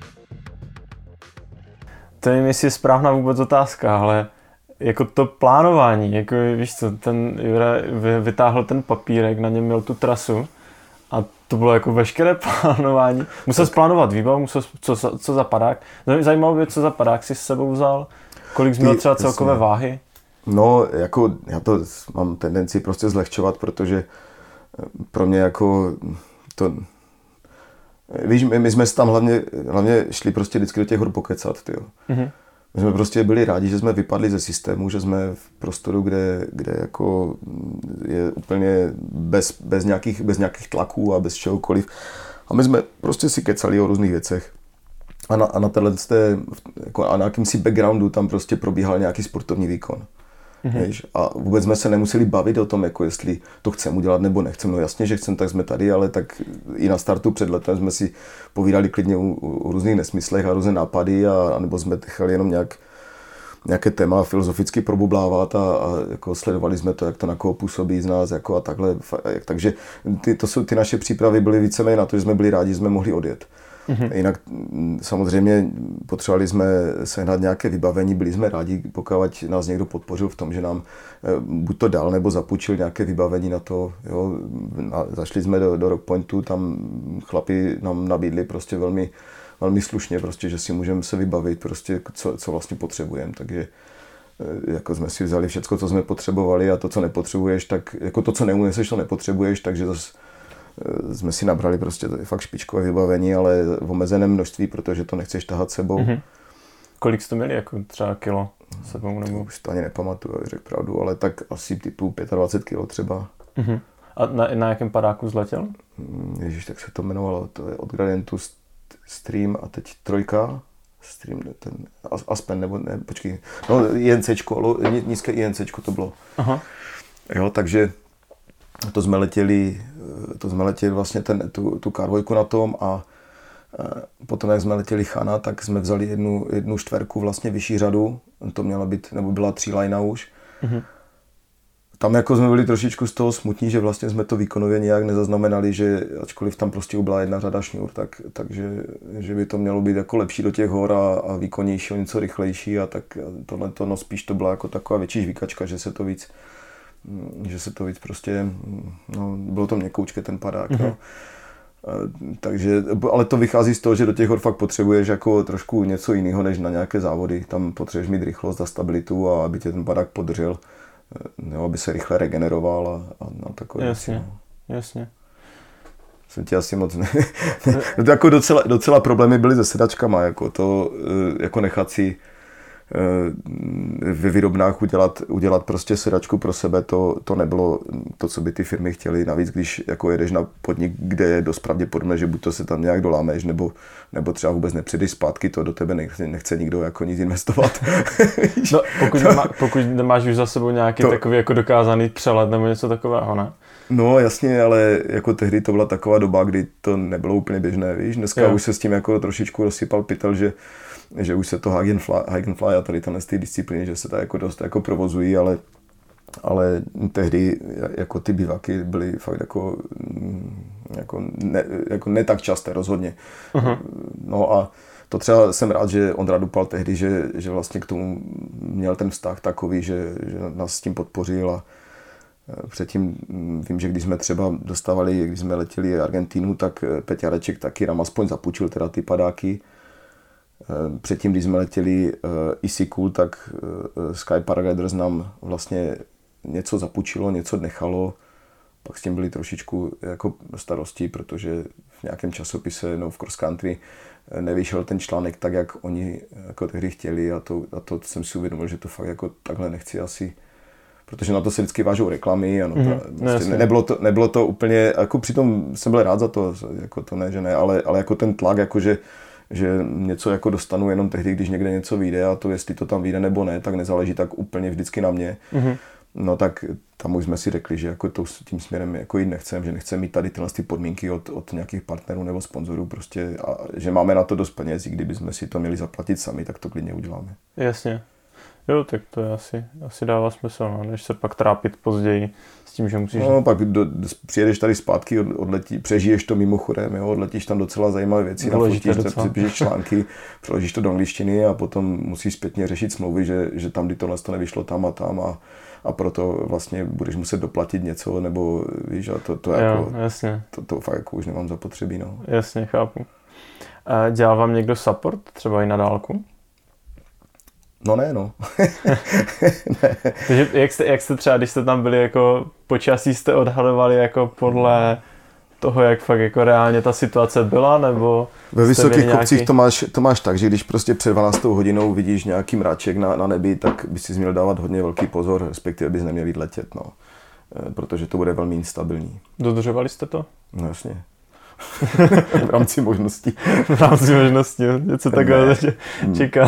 To nevím, jestli je správná vůbec otázka, ale jako to plánování, jako víš co, ten Jure vytáhl ten papírek, na něm měl tu trasu a to bylo jako veškeré plánování. Musel plánovat výbavu, musel, co, co za padák. Zajímalo by, co za padák si s sebou vzal, kolik jsi měl třeba celkové váhy? No, jako já to mám tendenci prostě zlehčovat, protože pro mě jako to... Víš, my, my jsme tam hlavně, hlavně šli prostě vždycky do těch hor pokecat, tyjo. Mm-hmm. My jsme prostě byli rádi, že jsme vypadli ze systému, že jsme v prostoru, kde, kde jako je úplně bez, bez, nějakých, bez nějakých tlaků a bez čehokoliv. A my jsme prostě si kecali o různých věcech. A na, a na téhle, jako, a na jakýmsi backgroundu tam prostě probíhal nějaký sportovní výkon. Mm-hmm. A vůbec jsme se nemuseli bavit o tom, jako jestli to chceme udělat nebo nechceme. No jasně, že chceme, tak jsme tady, ale tak i na startu před letem jsme si povídali klidně o, o různých nesmyslech a různé nápady, a, a nebo jsme chtěli jenom nějak, nějaké téma filozoficky probublávat a, a jako sledovali jsme to, jak to na koho působí z nás jako a takhle. Takže ty, to jsou, ty naše přípravy byly víceméně na to, že jsme byli rádi, že jsme mohli odjet. Mm-hmm. Jinak samozřejmě potřebovali jsme sehnat nějaké vybavení, byli jsme rádi, pokud nás někdo podpořil v tom, že nám buď to dal nebo zapůjčil nějaké vybavení na to. Jo. Zašli jsme do, do Rockpointu, tam chlapi nám nabídli prostě velmi, velmi slušně, prostě, že si můžeme se vybavit, prostě, co, co vlastně potřebujeme. Takže jako jsme si vzali všecko, co jsme potřebovali, a to, co nepotřebuješ, tak jako to, co neuneseš, to nepotřebuješ, takže zase jsme si nabrali prostě to je fakt špičkové vybavení, ale v omezeném množství, protože to nechceš tahat sebou. Mm-hmm. Kolik jste měli, jako třeba kilo sebou? Nebo? To už to ani nepamatuju, řekl pravdu, ale tak asi typu dvacet pět kilo třeba. Mm-hmm. A na, na jakém padáku zletěl? Ježíš, tak se to jmenovalo, to je od Gradientu Stream a teď trojka. Stream, ten Aspen, nebo ne, počkej, no INCčko, nízké INCčko to bylo. Aha. Jo, takže to jsme letěli, to jsme letěli vlastně ten, tu, tu ká dva na tom, a potom, jak jsme letěli Chana, tak jsme vzali jednu, jednu čtverku, vlastně vyšší řadu, to měla být, nebo byla tří lajna už. Mm-hmm. Tam jako jsme byli trošičku z toho smutní, že vlastně jsme to výkonově nějak nezaznamenali, že ačkoliv tam prostě byla jedna řada šňůr, tak, takže že by to mělo být jako lepší do těch hor a, a výkonnější, něco rychlejší, a tak tohle to, no spíš to byla jako taková větší žvíkačka, že se to víc že se to víc prostě, no, bylo to měkoučké ten padák, mm-hmm. no. Takže, ale to vychází z toho, že do těch hor fakt potřebuješ jako trošku něco jiného než na nějaké závody. Tam potřebuješ mít rychlost a stabilitu, a aby tě ten padák podržel, jo, aby se rychle regeneroval a, a, a takové. Jasně, věci, no. Jasně. Jsem ti asi moc ne... no to jako docela, docela problémy byly se sedačkama, jako to, jako nechat si ve výrobnách udělat, udělat prostě sedačku pro sebe, to, to nebylo to, co by ty firmy chtěly. Navíc, když jako jedeš na podnik, kde je dost pravděpodobné, že buď to se tam nějak dolámeš, nebo, nebo třeba vůbec nepřijdeš zpátky, to do tebe nechce, nechce nikdo jako nic investovat. No, pokud, nemá, pokud nemáš už za sebou nějaký to, takový jako dokázaný přelet nebo něco takového, ne? No jasně, ale jako tehdy to byla taková doba, kdy to nebylo úplně běžné, víš. Dneska jo. Už se s tím jako trošičku rozsypal pytel, že že už se to Hagenfly, Hagenfly a tady tenhle ty disciplíny, že se to jako dost jako provozují, ale, ale tehdy jako ty bivaky byly fakt jako, jako, ne, jako ne tak časté rozhodně. Uh-huh. No a to třeba jsem rád, že Ondra Dupal tehdy, že, že vlastně k tomu měl ten vztah takový, že, že nás s tím podpořil, a předtím vím, že když jsme třeba dostávali, když jsme letěli Argentínu, tak Peťa Reček taky nám aspoň zapůjčil teda ty padáky. Předtím, když jsme letěli uh, Easy Cool, tak uh, Sky Paragliders nám vlastně něco zapůjčilo, něco nechalo. Pak s tím byly trošičku jako starosti, protože v nějakém časopise no, v Cross Country nevyšel ten článek tak, jak oni jako tehdy chtěli, a to, a to jsem si uvědomil, že to fakt jako takhle nechci asi, protože na to se vždycky vážou reklamy a no, mm-hmm. ta, vlastně ne, nebylo, to, nebylo to úplně, jako přitom jsem byl rád za to, jako to ne, že ne, ale, ale jako ten tlak, jakože že něco jako dostanu jenom tehdy, když někde něco vyjde, a to jestli to tam vyjde nebo ne, tak nezáleží tak úplně vždycky na mě. Mm-hmm. No tak tam už jsme si řekli, že jako to, tím směrem jako jít nechceme, že nechceme mít tady tyhle ty podmínky od, od nějakých partnerů nebo sponzorů prostě, a že máme na to dost peněz, kdyby jsme si to měli zaplatit sami, tak to klidně uděláme. Jasně. Jo, tak to je asi, asi dává smysl, no, než se pak trápit později s tím, že musíš... No, pak do, přijedeš tady zpátky, od, odletí, přežiješ to mimochodem, jo, odletíš tam docela zajímavé věci, nafotíš, připíšeš články, přeložíš to do angličtiny a potom musíš zpětně řešit smlouvy, že, že tam, kdy tohle to nevyšlo tam a tam, a, a proto vlastně budeš muset doplatit něco, nebo víš, a to, to, jo, jako, jasně. To, to fakt jako už nemám zapotřebí, no. Jasně, chápu. A dělal vám někdo support, třeba i na dálku? No ne, no. ne. Takže jak jste, jak jste třeba, když jste tam byli, jako počasí jste odhadovali jako podle toho, jak fakt jako reálně ta situace byla, nebo... Ve vysokých kopcích nějaký... to, máš, to máš tak, že když prostě před dvanáctou hodinou vidíš nějaký mráček na, na nebi, tak bys si měl dávat hodně velký pozor, respektive bys neměl jít letět, no. Protože to bude velmi instabilní. Dodržovali jste to? No jasně. v rámci možností. V rámci možností, něco takového čeká.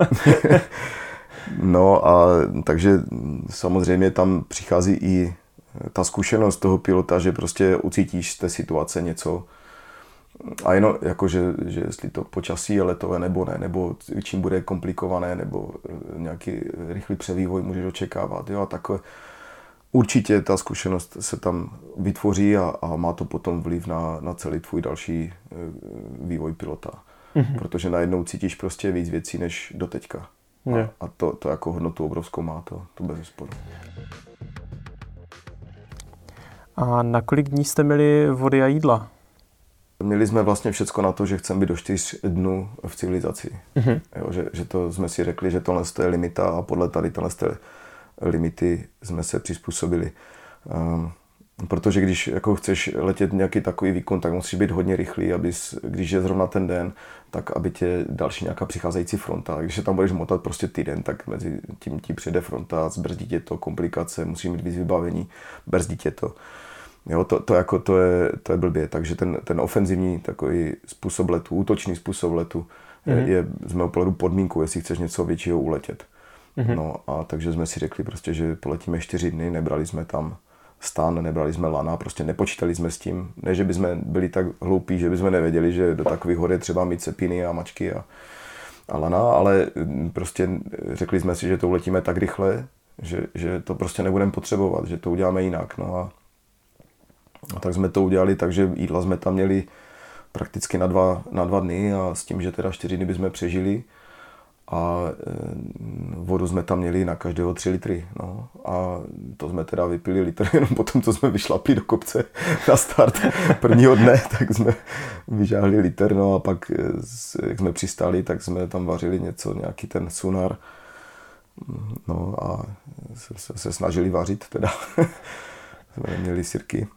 No a takže samozřejmě tam přichází i ta zkušenost toho pilota, že prostě ucítíš z té situace něco a jenom jako, že, že jestli to počasí je letové nebo ne, nebo čím bude komplikované, nebo nějaký rychlý převývoj můžeš očekávat. Jo, a takové. Určitě ta zkušenost se tam vytvoří a, a má to potom vliv na, na celý tvůj další vývoj pilota. Mm-hmm. Protože najednou cítíš prostě víc věcí než doteďka. A, a to, to jako hodnotu obrovskou má, to, to bez zesporu. A na kolik dní jste měli vody a jídla? Měli jsme vlastně všecko na to, že chceme být do čtyř dnů v civilizaci. Mm-hmm. Jo, že, že to jsme si řekli, že tohle je limita a podle tady tohle limity jsme se přizpůsobili. Um, protože když jako chceš letět nějaký takový výkon, tak musíš být hodně rychlý, abys, když je zrovna ten den, tak aby tě další nějaká přicházející fronta. Když se tam budeš motat prostě týden, tak mezi tím ti přijde fronta, zbrzdí tě to, komplikace, musíš mít víc vybavení, brzdí tě to. Jo, to, to, jako, to, je, to je blbě, takže ten, ten ofenzivní takový způsob letu, útočný způsob letu mm-hmm. je, je z mého pohledu podmínkou, jestli chceš něco většího uletět. Mm-hmm. No a takže jsme si řekli prostě, že poletíme čtyři dny, nebrali jsme tam stan, nebrali jsme lana, prostě nepočítali jsme s tím. Ne, že bychom byli tak hloupí, že bychom nevěděli, že do takových hor je třeba mít cepiny a mačky a, a lana, ale prostě řekli jsme si, že to uletíme tak rychle, že, že to prostě nebudeme potřebovat, že to uděláme jinak. No a, a tak jsme to udělali, takže jídla jsme tam měli prakticky na dva, na dva dny a s tím, že teda čtyři dny bychom přežili. A vodu jsme tam měli na každého tři litry. No. A to jsme teda vypili litr jenom potom, co jsme vyšlapli do kopce na start prvního dne, tak jsme vyžáhli litr. No a pak, jak jsme přistáli, tak jsme tam vařili něco, nějaký ten sunar. No a se, se, se snažili vařit teda. Jsme neměli sirky.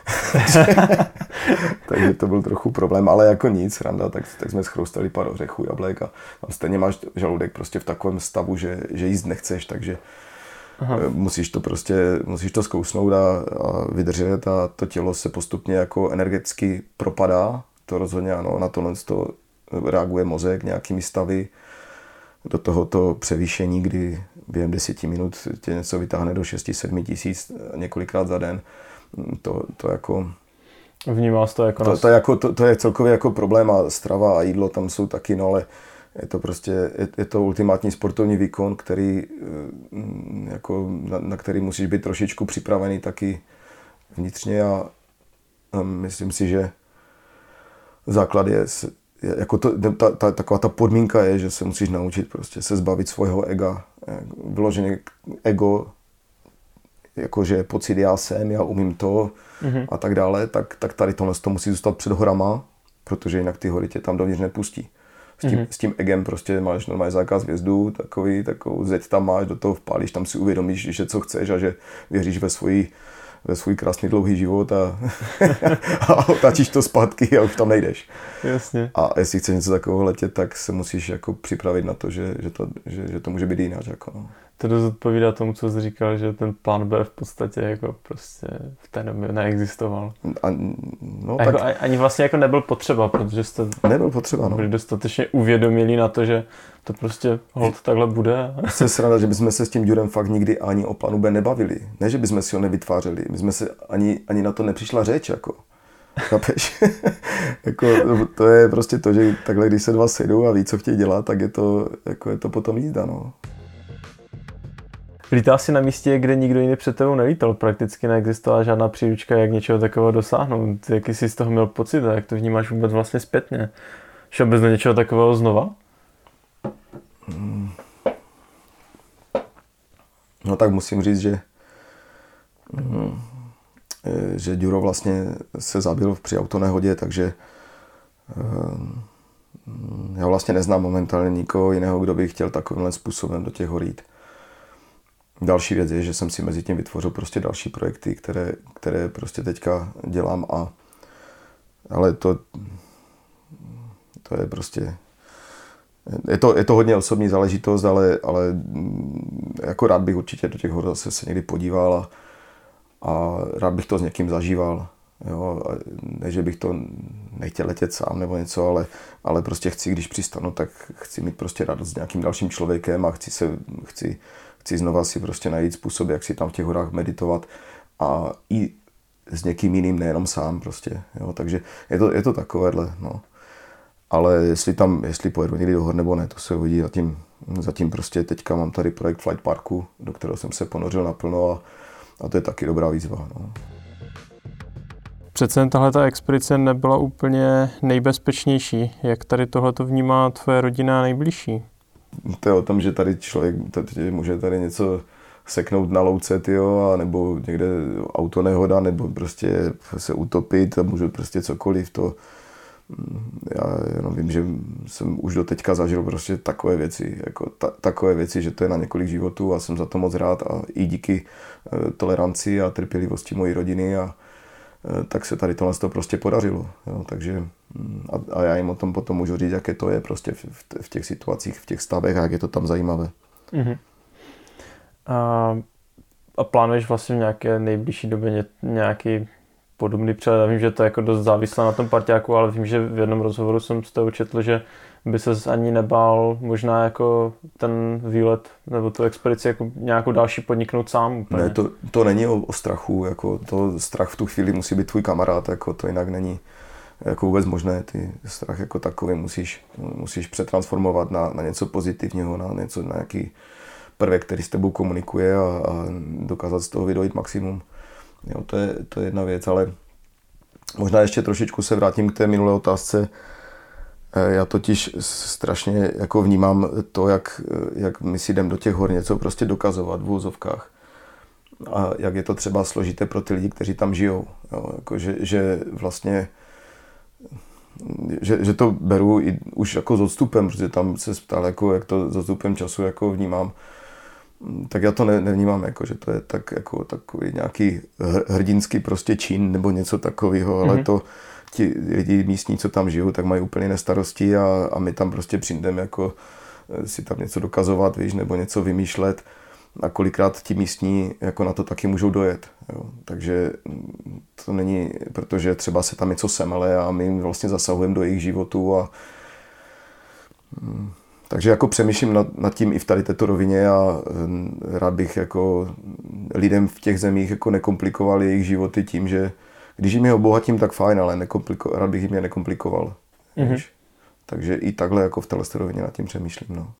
Takže to byl trochu problém, ale jako nic, randa, tak, tak jsme schroustali pár ořechů, jablek a tam stejně máš žaludek prostě v takovém stavu, že, že jíst nechceš, takže Aha. musíš to prostě, musíš to zkousnout a, a vydržet a to tělo se postupně jako energeticky propadá, to rozhodně ano, na tohle to reaguje mozek nějakými stavy, do tohoto převýšení, kdy během deseti minut tě něco vytáhne do šesti sedmi tisíc několikrát za den. To, to jako... Vnímal jsi to jako... To, to, jako to, to je celkově jako problém a strava a jídlo tam jsou taky, no ale je to prostě, je, je to ultimátní sportovní výkon, který, jako, na, na který musíš být trošičku připravený taky vnitřně a, a myslím si, že základ je, je jako to, ta, ta, taková ta podmínka je, že se musíš naučit prostě se zbavit svého ega. Vyloženě ego, jakože pocit já jsem, já umím to mm-hmm. a tak dále, tak, tak tady tohle to musí zůstat před horama, protože jinak ty hory tě tam dovnitř nepustí. S tím, mm-hmm. s tím egem prostě máš normálně zákaz vjezdu, takový, takovou zeď tam máš, do toho vpálíš, tam si uvědomíš, že co chceš a že věříš ve svoji, ve svůj krásný dlouhý život a, a otáčíš to zpátky a už tam nejdeš. Jasně. A jestli chceš něco takového letět, tak se musíš jako připravit na to, že, že, to, že, že to může být jinak. Jako no. To dost odpovídá tomu, co jsi říkal, že ten plán B v podstatě jako prostě v té době neexistoval. A, no, a tak... jako, ani vlastně jako nebyl potřeba, protože jste nebyl potřeba, no. byli dostatečně uvědomili na to, že to prostě hold takhle bude. Jsem si ráda, že bychom se s tím Ďurem fakt nikdy ani o plánu B nebavili. Ne, že bychom si ho nevytvářeli. My jsme se ani, ani na to nepřišla řeč, jako. Chápeš? Jako, to je prostě to, že takhle, když se dva sejdou a ví, co chtějí dělat, tak je to, jako je to potom jízda, no. Lítá si na místě, kde nikdo jiný před tebou nelítal. Prakticky neexistovala žádná příručka, jak něčeho takového dosáhnout. Jaký jsi z toho měl pocit a jak to vnímáš vůbec vlastně zpětně? Šel bys do něčeho takového znova? Hmm. No tak musím říct, že hmm, že Ďuro vlastně se zabil při autonehodě, takže hmm, já vlastně neznám momentálně nikoho jiného, kdo by chtěl takovýmhle způsobem do těch hor jít. Další věc je, že jsem si mezi tím vytvořil prostě další projekty, které, které prostě teďka dělám a ale to to je prostě je to, je to hodně osobní záležitost, ale, ale jako rád bych určitě do těch hor zase se někdy podíval a, a rád bych to s někým zažíval. Jo, ne, že bych to nechtěl letět sám nebo něco, ale, ale prostě chci, když přistanu, tak chci mít prostě radost s nějakým dalším člověkem a chci, se, chci, chci znova si prostě najít způsob, jak si tam v těch horách meditovat a i s někým jiným, nejenom sám prostě. Jo, takže je to, je to takovéhle, no. Ale jestli tam, jestli pojedu někdy do hor nebo ne, to se uvidí. Zatím, zatím prostě teďka mám tady projekt Flight Parku, do kterého jsem se ponořil naplno a, a to je taky dobrá výzva, no. Přece tahleta expedice nebyla úplně nejbezpečnější. Jak tady tohleto vnímá tvoje rodina nejbližší? To je o tom, že tady člověk tady může tady něco seknout na louce, tyjo, a nebo někde auto nehoda, nebo prostě se utopit a může prostě cokoliv. To, já jenom vím, že jsem už do teďka zažil prostě takové věci, jako ta, takové věci, že to je na několik životů a jsem za to moc rád a i díky toleranci a trpělivosti mojí rodiny a tak se tady tohle to prostě podařilo. Jo, takže a, a já jim o tom potom můžu říct, jaké to je prostě v, v těch situacích, v těch stavech a jak je to tam zajímavé. Mm-hmm. A, a plánuješ vlastně v nějaké nejbližší době nějaký podobný přelet? Já vím, že to je jako dost závislé na tom parťáku, ale vím, že v jednom rozhovoru jsem z toho četl, že by ses ani nebál možná jako ten výlet nebo tu expedici jako nějakou další podniknout sám úplně. Ne, to, to není o, o strachu, jako to strach v tu chvíli musí být tvůj kamarád, jako to jinak není jako vůbec možné. Ty strach jako takový musíš, musíš přetransformovat na, na něco pozitivního, na něco, na nějaký prvek, který s tebou komunikuje a, a dokázat z toho vydojit maximum. Jo, to je, to je jedna věc, ale možná ještě trošičku se vrátím k té minulé otázce. Já totiž strašně jako vnímám to, jak, jak my si jdeme do těch hor něco prostě dokazovat v úzovkách. A jak je to třeba složité pro ty lidi, kteří tam žijou. Jo, jako že, že vlastně že, že to beru i už jako s odstupem, protože tam se ptal, jako, jak to s odstupem času jako vnímám. Tak já to ne, nevnímám, jako, že to je tak, jako, takový nějaký hrdinský prostě čin nebo něco takového, ale mm-hmm. to ti lidi místní, co tam žijou, tak mají úplně jiné starosti a, a my tam prostě přijdeme jako si tam něco dokazovat, víš, nebo něco vymýšlet a kolikrát ti místní jako na to taky můžou dojet. Jo. Takže to není, protože třeba se tam něco semele a my vlastně zasahujeme do jejich životů a hm, takže jako přemýšlím nad, nad tím i v tady této rovině a rád bych jako lidem v těch zemích jako nekomplikoval jejich životy tím, že když jim je obohatím, tak fajn, ale nekompliko, rád bych jim je nekomplikoval. Mm-hmm. Takže i takhle jako v této rovině nad tím přemýšlím. No.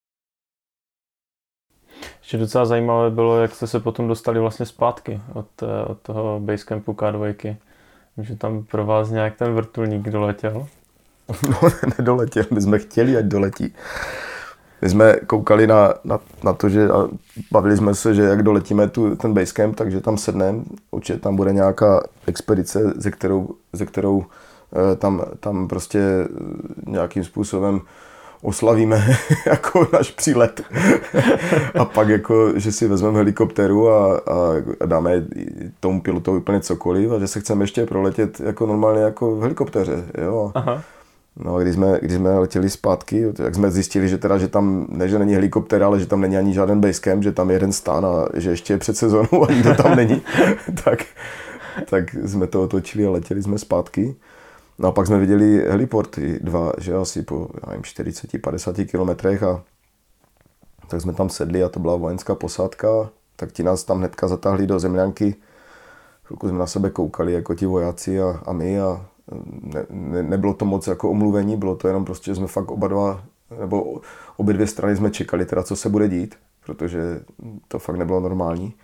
Ještě docela zajímavé bylo, jak jste se potom dostali vlastně zpátky od, od toho basecampu K dva. Že tam pro vás nějak ten vrtulník doletěl? No, nedoletěl, my jsme chtěli, ať doletí. My jsme koukali na, na, na to, že a bavili jsme se, že jak doletíme tu, ten basecamp, takže tam sedneme, určitě tam bude nějaká expedice, ze kterou, ze kterou e, tam, tam prostě nějakým způsobem oslavíme jako náš přílet. A pak jako, že si vezmeme helikoptéru a, a dáme tomu pilotovi úplně cokoliv a že se chceme ještě proletět jako normálně jako v helikoptéře. Jo. Aha. No a když jsme, když jsme letěli zpátky, tak jsme zjistili, že teda, že tam, ne, že není helikoptéra, ale že tam není ani žádný basecamp, že tam je jeden stán a že ještě je před sezónou a nikdo tam není, tak, tak jsme to otočili a letěli jsme zpátky. No a pak jsme viděli heliporty dva, že asi po čtyřicet padesát kilometrech a tak jsme tam sedli a to byla vojenská posádka, tak ti nás tam hnedka zatáhli do zemňanky. Chvilku jsme na sebe koukali jako ti vojáci a, a my a Ne, ne, nebylo to moc jako omluvení, bylo to jenom prostě, že jsme fakt oba dva, nebo obě dvě strany jsme čekali teda, co se bude dít, protože to fakt nebylo normální.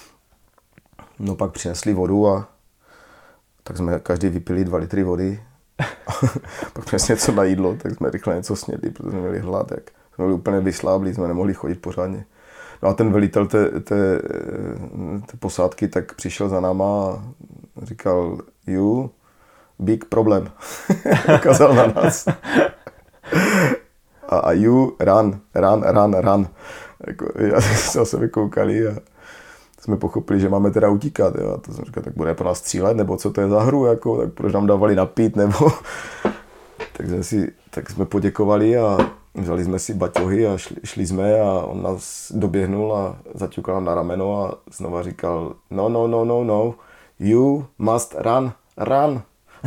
No pak přinesli vodu a tak jsme každý vypili dva litry vody. Pak přinesli něco na jídlo, tak jsme rychle něco snědli, protože jsme měli hlad, jak jsme byli úplně vysláblí, jsme nemohli chodit pořádně. No a ten velitel té, té, té posádky tak přišel za náma a říkal, you, big problem. Ukázal na nás. A, a you run, run, run, run. Jako, já jsme se vykoukali a jsme pochopili, že máme teda utíkat. Jo. A to jsem říkal, tak bude po nás střílet, nebo co to je za hru, jako, tak proč nám dávali napít, nebo... tak, jsme si, tak jsme poděkovali a vzali jsme si baťohy a šli, šli jsme a on nás doběhnul a zaťukal nám na rameno a znova říkal, no, no, no, no, no, you must run. run.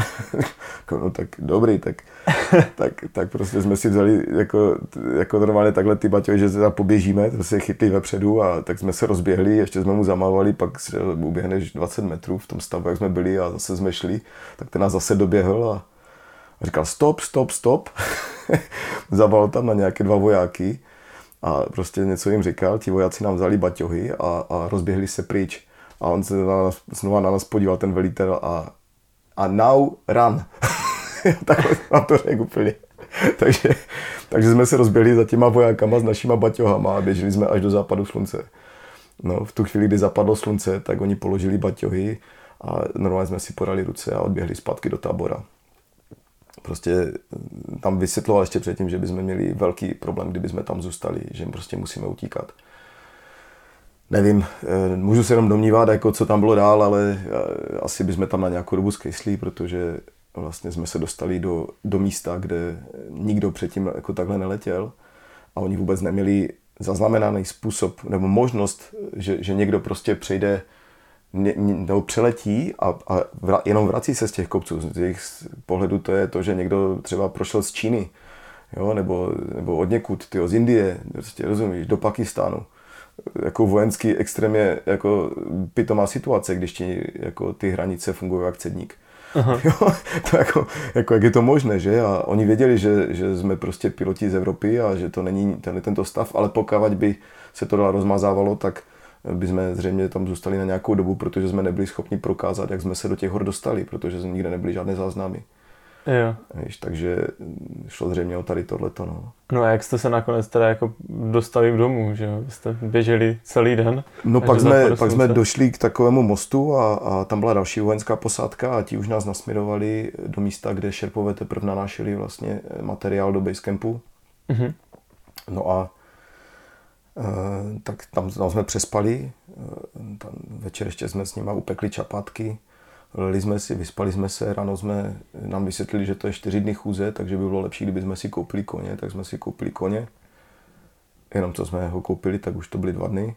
No tak dobrý, tak, tak, tak prostě jsme si vzali jako, jako normálně takhle ty baťohy, že se poběžíme, to se chytli vepředu a tak jsme se rozběhli, ještě jsme mu zamávali, pak uběhneš dvacet metrů v tom stavu, jak jsme byli a zase jsme šli, tak ten nás zase doběhl a říkal stop, stop, stop. Zavolal tam na nějaké dva vojáky a prostě něco jim říkal, ti vojáci nám vzali baťohy a, a rozběhli se pryč. A on se na nás, znova na nás podíval, ten velitel, a, a now run. Takhle nám to řekl úplně. takže, takže jsme se rozběhli za těma vojákama s našima baťohama a běželi jsme až do západu slunce. No, v tu chvíli, kdy zapadlo slunce, tak oni položili baťohy a normálně jsme si podali ruce a odběhli zpátky do tábora. Prostě tam vysvětloval ještě předtím, že bychom měli velký problém, kdyby jsme tam zůstali, že prostě musíme utíkat. Nevím, můžu se jenom domnívat, jako co tam bylo dál, ale asi bychom tam na nějakou dobu skejsli, protože vlastně jsme se dostali do, do místa, kde nikdo předtím jako takhle neletěl a oni vůbec neměli zaznamenaný způsob nebo možnost, že, že někdo prostě přejde nebo přeletí a, a vra, jenom vrací se z těch kopců. Z jejich pohledu to je to, že někdo třeba prošel z Číny, jo, nebo, nebo odněkud, tyjo, z Indie, prostě, rozumíš, do Pakistánu. Jako vojenský extrémně jako pitomá situace, když ti jako ty hranice fungují jak cedník. Jo, to jako, jako, jak je to možné, že? A oni věděli, že, že jsme prostě piloti z Evropy a že to není ten, tento stav, ale pokud by se to dál rozmazávalo, tak by jsme zřejmě tam zůstali na nějakou dobu, protože jsme nebyli schopni prokázat, jak jsme se do těch hor dostali, protože nikde nebyly žádné záznamy. Jo. Víš, takže šlo zřejmě o tady tohleto, no. No a jak jste se nakonec teda jako dostali k domu, že jo? Jste běželi celý den? No pak jsme, pak jsme došli k takovému mostu a, a tam byla další vojenská posádka a ti už nás nasměrovali do místa, kde šerpové teprve nanášeli vlastně materiál do basecampu. Mhm. No a e, tak tam, tam jsme přespali, e, tam večer ještě jsme s nima upekli čapátky. Lili jsme si, vyspali jsme se, ráno jsme nám vysvětlili, že to je čtyři dny chůze, takže by bylo lepší, kdyby jsme si koupili koně, tak jsme si koupili koně. Jenom co jsme ho koupili, tak už to byly dva dny.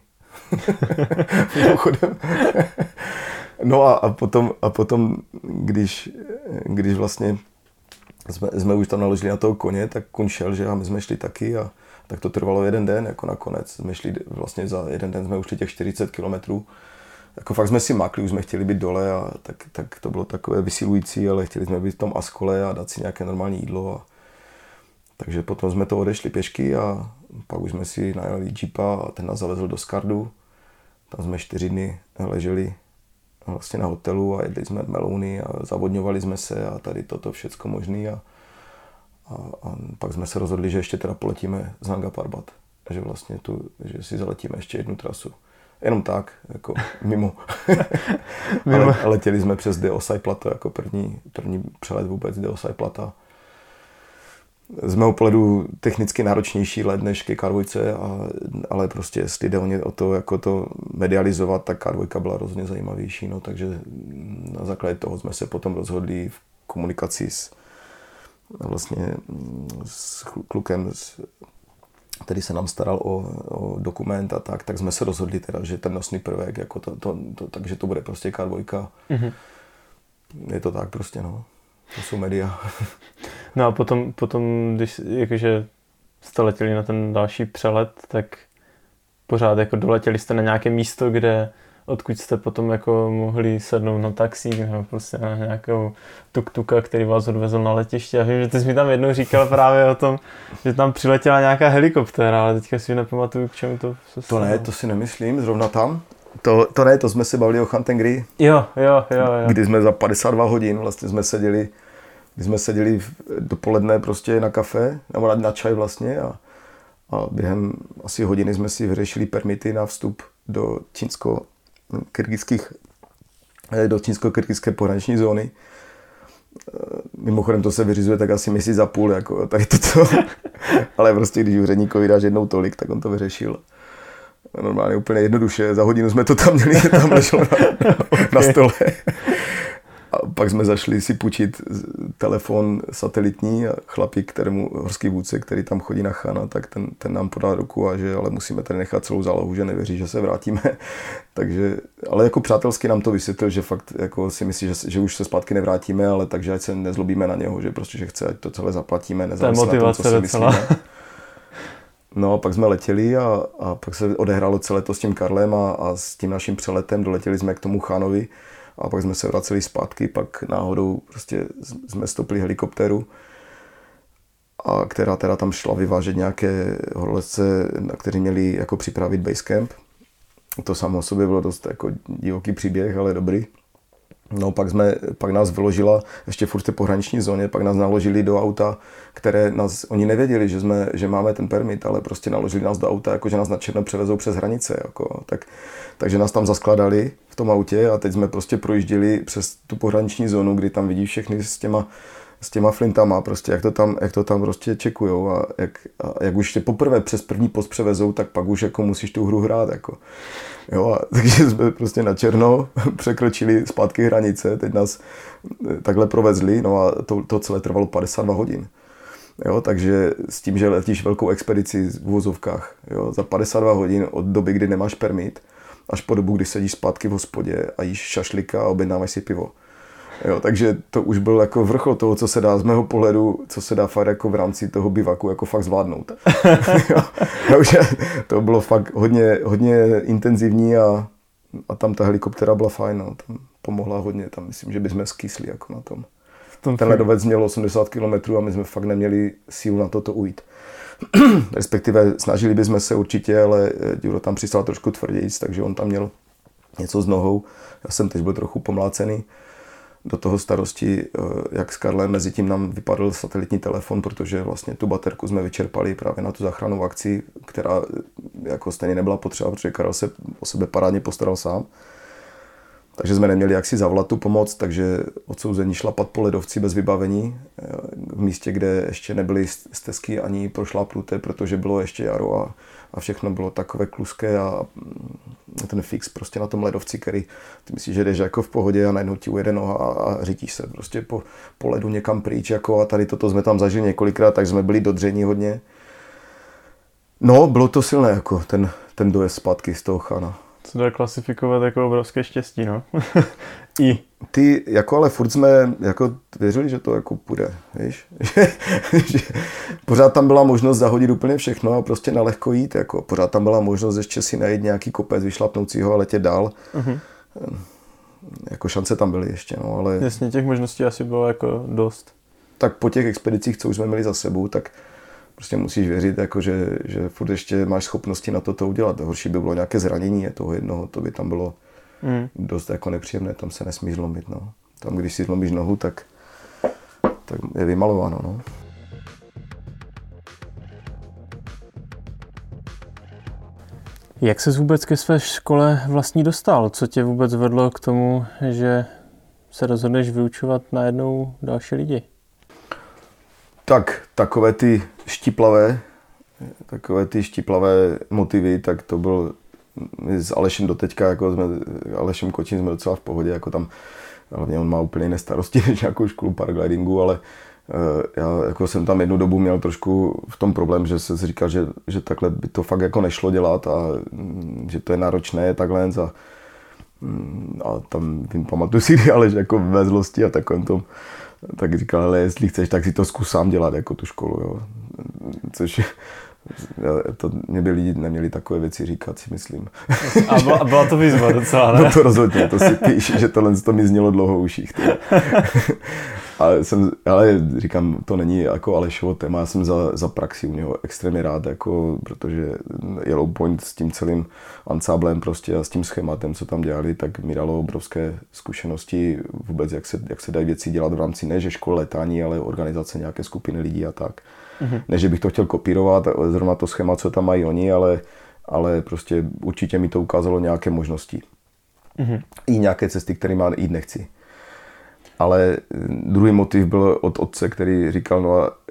No a, a, potom, a potom, když, když vlastně jsme, jsme už tam naložili na toho koně, tak koň šel, že a my jsme šli taky a tak to trvalo jeden den, jako nakonec. Jsme šli vlastně za jeden den, jsme ušli těch čtyřicet kilometrů. Jako fakt jsme si makli, už jsme chtěli být dole a tak, tak to bylo takové vysilující, ale chtěli jsme být v tom Askole a dát si nějaké normální jídlo. A... Takže potom jsme to odešli pěšky a pak už jsme si najali jeepa a ten nás zavezl do Skardu. Tam jsme čtyři dny leželi vlastně na hotelu a jedli jsme melouny a zavodňovali jsme se a tady toto všecko možný. A, a, a pak jsme se rozhodli, že ještě teda poletíme z Nanga Parbat. Že vlastně tu, že si zaletíme ještě jednu trasu. Jenom tak, jako mimo. mimo. Ale letěli jsme přes Deosai Plato jako první, první přelet vůbec Deosai Plata. Z mého pohledu technicky náročnější let než ke K dva, a, ale prostě jestli jde o to, jako to medializovat, tak K dva byla rozhodně zajímavější. No, takže na základě toho jsme se potom rozhodli v komunikaci s, vlastně, s klukem, s, který se nám staral o, o dokument a tak, tak jsme se rozhodli teda, že ten nosný prvek, jako to, to, to, takže to bude prostě K dva. Mm-hmm. Je to tak prostě, no. To jsou média. No a potom, potom když jakože jste letěli na ten další přelet, tak pořád jako doletěli jste na nějaké místo, kde odkud jste potom jako mohli sednout na taxík nebo prostě na nějakou tuk-tuka, který vás odvezl na letiště. A vím, že ty jsi mi tam jednou říkal právě o tom, že tam přiletěla nějaká helikoptéra, ale teďka si nepamatuju, k čemu to se To ne, to si nemyslím, zrovna tam. To, to ne, to jsme se bavili o Chantengri. Jo, jo, jo, jo. Kdy jsme za padesát dva hodin vlastně jsme seděli, kdy jsme seděli dopoledne prostě na kafe, nebo na, na čaj vlastně a, a během asi hodiny jsme si vyřešili permity na vstup do čínsko kyrgyzských, do čínsko-kyrgyzské pohraniční zóny. Mimochodem to se vyřizuje tak asi měsíc a půl, jako tady toto. Ale prostě když úředníkovi dáš jednou tolik, tak on to vyřešil. Normálně úplně jednoduše, za hodinu jsme to tam měli, tam leželo na, na stole. A pak jsme zašli si půjčit telefon satelitní a chlapík, kterému horský vůdce, který tam chodí na Chána, tak ten, ten nám podal ruku a že ale musíme tady nechat celou zálohu, že nevěří, že se vrátíme. Takže, ale jako přátelsky nám to vysvětlil, že fakt jako si myslí, že, že už se zpátky nevrátíme, ale takže ať se nezlobíme na něho, že prostě, že chce, ať to celé zaplatíme, nezávisle na tom, co si myslíme. No, pak jsme letěli a, a pak se odehrálo celé to s tím Karlem a, a s tím naším přeletem. Doletěli jsme k tomu Chánovi a pak jsme se vraceli zpátky. Pak náhodou prostě jsme stopili helikoptéru, a která teda tam šla vyvážet nějaké horolezce, na kteří měli jako připravit basecamp. To samo o sobě bylo dost jako divoký příběh, ale dobrý. No, pak, jsme, pak nás vyložila, ještě furt v té pohraniční zóně, pak nás naložili do auta, které nás, oni nevěděli, že, jsme, že máme ten permit, ale prostě naložili nás do auta, jako že nás na černo převezou přes hranice. Jako, tak, takže nás tam zaskladali v tom autě a teď jsme prostě projížděli přes tu pohraniční zónu, kdy tam vidí všechny s těma, s těma flintama, prostě jak to tam, jak to tam prostě čekujou a jak, a jak už tě poprvé přes první post převezou, tak pak už jako musíš tu hru hrát. Jako. Jo, a takže jsme prostě na černo překročili zpátky hranice, teď nás takhle provezli, no a to, to celé trvalo padesát dva hodin. Jo, takže s tím, že letíš velkou expedici v uvozovkách, jo, za padesát dva hodin od doby, kdy nemáš permit, až po dobu, kdy sedíš zpátky v hospodě a jíš šašlíka a objednáváš si pivo. Jo, takže to už byl jako vrchol toho, co se dá z mého pohledu, co se dá fakt jako v rámci toho bivaku jako fakt zvládnout. jo, takže to bylo fakt hodně, hodně intenzivní a, a tam ta helikoptéra byla fajn, no, tam pomohla hodně, tam myslím, že bychom skysli jako na tom. Ten ledovec měl osmdesát kilometrů a my jsme fakt neměli sílu na to to ujít. Respektive snažili bychom se určitě, ale Ďuro tam přistál trošku tvrdějc, takže on tam měl něco s nohou. Já jsem teď byl trochu pomlácený. Do toho starosti, jak s Karlem, mezi tím nám vypadl satelitní telefon, protože vlastně tu baterku jsme vyčerpali právě na tu záchrannou akci, která jako stejně nebyla potřeba, protože Karel se o sebe parádně postaral sám. Takže jsme neměli jak si zavolat tu pomoc, takže odsouzení šlapat po ledovci bez vybavení v místě, kde ještě nebyly stezky ani prošlápnuté, protože bylo ještě jaro a, a všechno bylo takové kluské a ten fix prostě na tom ledovci, který ty myslíš, že jdeš jako v pohodě a najednou ti ujede noha a, a řítíš se prostě po, po ledu někam pryč jako a tady toto jsme tam zažili několikrát, takže jsme byli dodření hodně. No, bylo to silné jako ten, ten dojezd zpátky z toho Chána. Co dá klasifikovat jako obrovské štěstí, no. I. Ty, jako ale furt jsme jako věřili, že to jako půjde, víš. že, pořád tam byla možnost zahodit úplně všechno a prostě na lehko jít, jako pořád tam byla možnost ještě si najít nějaký kopec, vyšlapnout si ho a letět dál. Uh-huh. Jako šance tam byly ještě, no, ale... Jasně, těch možností asi bylo jako dost. Tak po těch expedicích, co už jsme měli za sebou, tak prostě musíš věřit, jako že, že furt ještě máš schopnosti na to, to udělat. Horší by bylo nějaké zranění toho jednoho, to by tam bylo mm. dost jako nepříjemné, tam se nesmí zlomit. No. Tam, když si zlomíš nohu, tak, tak je vymalováno. No. Jak ses vůbec ke své škole vlastní dostal? Co tě vůbec vedlo k tomu, že se rozhodneš vyučovat najednou další lidi? Tak takové ty štiplavé, takové ty štiplavé motivy, tak to byl s Alešem doteďka, jako jsme, Alešem Kočím jsme docela v pohodě, jako tam, hlavně on má úplně jiné starosti než nějakou školu paraglidingu, ale já jako jsem tam jednu dobu měl trošku v tom problém, že se říkal, že, že takhle by to fakt jako nešlo dělat a že to je náročné takhle a, a tam tím pamatuju si, Aleš jako ve zlosti a takovém tom, tak říkal, ale jestli chceš, tak si to zkus sám dělat, jako tu školu, jo. Což to mě by lidi neměli takové věci říkat, si myslím. A byla, a byla to výzva docela, ne? No to rozhodně, to si píš, že tohle to mi znělo dlouho v uších. Ale, jsem, ale říkám, to není jako Alešovo téma, já jsem za, za praxi u něho extrémně rád, jako, protože Yellow Point s tím celým ansáblem prostě a s tím schématem, co tam dělali, tak mi dalo obrovské zkušenosti vůbec, jak se, jak se dají věci dělat v rámci ne, že školy letání, ale organizace nějaké skupiny lidí a tak. Mm-hmm. Ne, že bych to chtěl kopírovat, zrovna to schéma, co tam mají oni, ale, ale prostě určitě mi to ukázalo nějaké možnosti. Mm-hmm. I nějaké cesty, kterými jít nechci. Ale druhý motiv byl od otce, který říkal, no a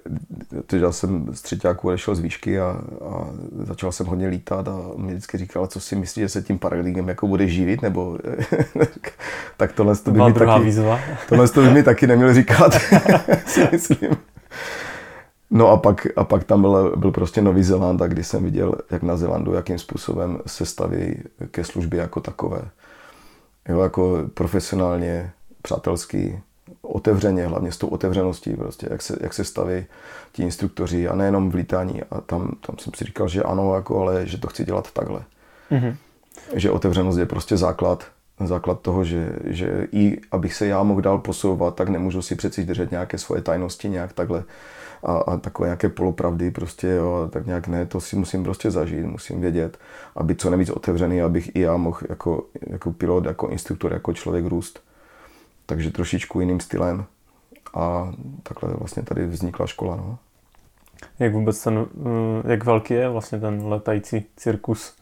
já jsem z třetíku odešel z výšky a, a začal jsem hodně lítat a mě vždycky říkal, co si myslíš, že se tím paraglidingem jako bude živit, nebo tak tohle to by mi taky, výzva. tohle to by mi taky neměl říkat, si myslím. No a pak, a pak tam byl, byl prostě Nový Zéland, a kdy jsem viděl, jak na Zélandu, jakým způsobem se staví ke službě jako takové. Jo, jako profesionálně, přátelský, otevřeně, hlavně s tou otevřeností, prostě, jak se, jak se staví ti instruktoři a nejenom v lítání. A tam, tam jsem si říkal, že ano, jako, ale že to chci dělat takhle. Mm-hmm. Že otevřenost je prostě základ, základ toho, že, že i abych se já mohl dál posouvat, tak nemůžu si přeci držet nějaké svoje tajnosti nějak takhle a, a takové nějaké polopravdy prostě, jo, tak nějak ne, to si musím prostě zažít, musím vědět a být co nejvíc otevřený, abych i já mohl jako, jako pilot, jako instruktor, jako člověk růst. Takže trošičku jiným stylem a takhle vlastně tady vznikla škola. No. Jak vůbec ten, jak velký je vlastně ten letající cirkus?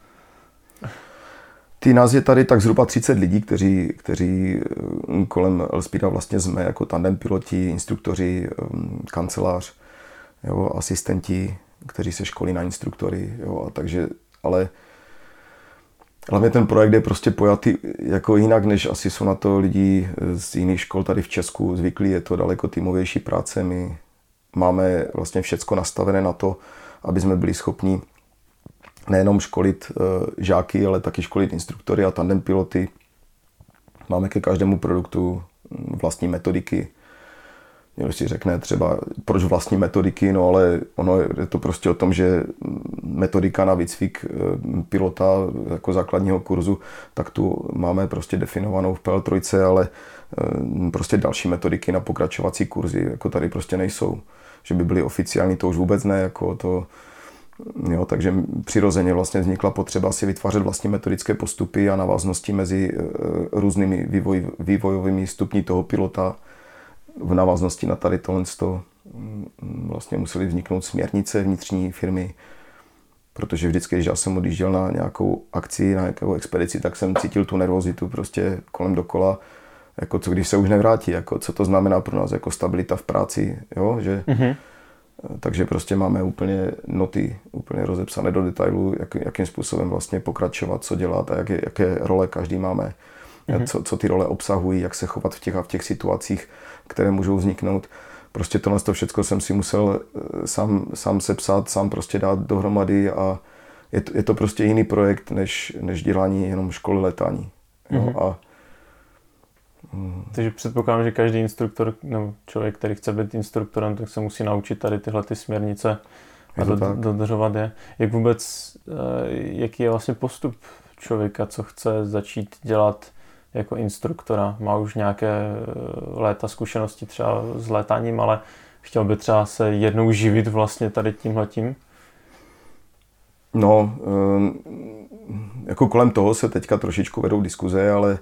Ty nás je tady tak zhruba třicet lidí, kteří, kteří kolem Elspida vlastně jsme jako tandem piloti, instruktoři, kancelář, jo, asistenti, kteří se školí na instruktory. Jo, a takže, ale hlavně ten projekt je prostě pojatý jako jinak, než asi jsou na to lidi z jiných škol tady v Česku zvyklí. Je to daleko týmovější práce. My máme vlastně všecko nastavené na to, aby jsme byli schopni nejenom školit žáky, ale taky školit instruktory a tandem piloty. Máme ke každému produktu vlastní metodiky. Někdo si řekne třeba, proč vlastní metodiky, no ale ono je to prostě o tom, že metodika na výcvik pilota jako základního kurzu, tak tu máme prostě definovanou v P L tři, ale prostě další metodiky na pokračovací kurzy jako tady prostě nejsou. Že by byly oficiální, to už vůbec ne, jako to, jo, takže přirozeně vlastně vznikla potřeba si vytvářet vlastní metodické postupy a návaznosti mezi různými vývoj, vývojovými stupni toho pilota. V návaznosti na tady tohle vlastně museli vzniknout směrnice vnitřní firmy, protože vždycky, když já jsem odjížděl na nějakou akci, na nějakou expedici, tak jsem cítil tu nervozitu prostě kolem dokola, jako co když se už nevrátí, jako co to znamená pro nás jako stabilita v práci, jo, že mm-hmm. Takže prostě máme úplně noty, úplně rozepsané do detailu, jak, jakým způsobem vlastně pokračovat, co dělat a jaké, jaké role každý máme. Mm-hmm. Co, co ty role obsahují, jak se chovat v těch a v těch situacích, které můžou vzniknout. Prostě tohle to všechno jsem si musel sám, sám sepsat, sám prostě dát dohromady a je to, je to prostě jiný projekt, než, než dělání jenom školy letání. Jo? Mm-hmm. A, mm. Takže předpokládám, že každý instruktor nebo člověk, který chce být instruktorem, tak se musí naučit tady tyhle ty směrnice a do, dodržovat je. Jak vůbec, jaký je vlastně postup člověka, co chce začít dělat jako instruktora, má už nějaké léta zkušenosti třeba s létáním, ale chtěl by třeba se jednou živit vlastně tady tímhletím? No, jako kolem toho se teďka trošičku vedou diskuze, ale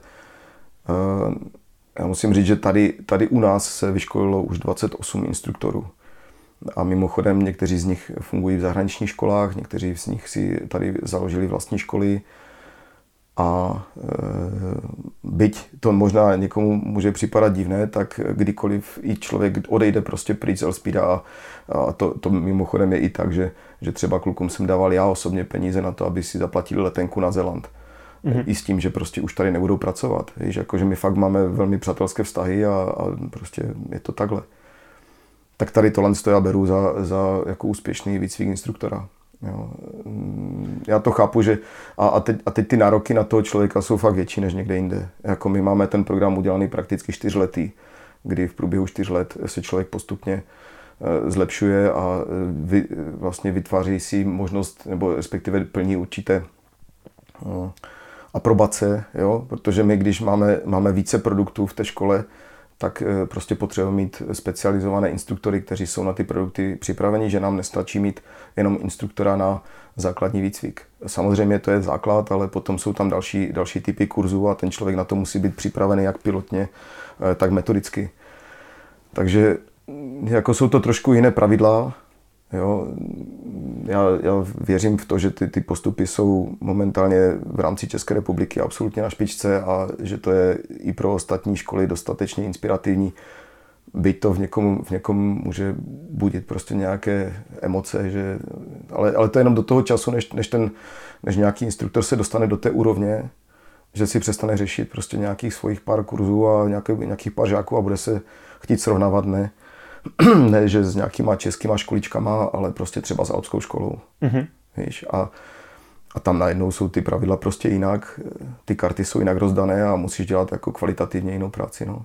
já musím říct, že tady, tady u nás se vyškolilo už dvacet osm instruktorů. A mimochodem někteří z nich fungují v zahraničních školách, někteří z nich si tady založili vlastní školy. A e, byť to možná někomu může připadat divné, tak kdykoliv i člověk odejde prostě pryč z Elspida a, a to, to mimochodem je i tak, že, že třeba klukům jsem dával já osobně peníze na to, aby si zaplatili letenku na Zéland. Mm-hmm. I s tím, že prostě už tady nebudou pracovat. Víš, jako, že my fakt máme velmi přátelské vztahy a, a prostě je to takhle. Tak tady tohle já beru za, za jako úspěšný výcvik instruktora. Jo. Já to chápu, že a, a, teď, a teď ty nároky na toho člověka jsou fakt větší než někde jinde. Jako my máme ten program udělaný prakticky čtyřletý, kdy v průběhu čtyř let se člověk postupně zlepšuje a vy, vlastně vytváří si možnost, nebo respektive plní určité uh, aprobace, jo? Protože my, když máme, máme více produktů v té škole, tak prostě potřebujeme mít specializované instruktory, kteří jsou na ty produkty připraveni, že nám nestačí mít jenom instruktora na základní výcvik. Samozřejmě to je základ, ale potom jsou tam další, další typy kurzů a ten člověk na to musí být připravený jak pilotně, tak metodicky. Takže jako jsou to trošku jiné pravidla. Jo. Já, já věřím v to, že ty, ty postupy jsou momentálně v rámci České republiky absolutně na špičce a že to je i pro ostatní školy dostatečně inspirativní. byť to v někom, v někom může budit prostě nějaké emoce, že, ale, ale to je jenom do toho času, než, než, ten, než nějaký instruktor se dostane do té úrovně, že si přestane řešit prostě nějakých svých pár kurzů a nějaký, nějakých pár žáků a bude se chtít srovnávat, ne, ne že s nějakýma českýma školičkama, ale prostě třeba s alpskou školou. Mm-hmm. Víš, a, a tam najednou jsou ty pravidla prostě jinak, ty karty jsou jinak rozdané a musíš dělat jako kvalitativně jinou práci. No.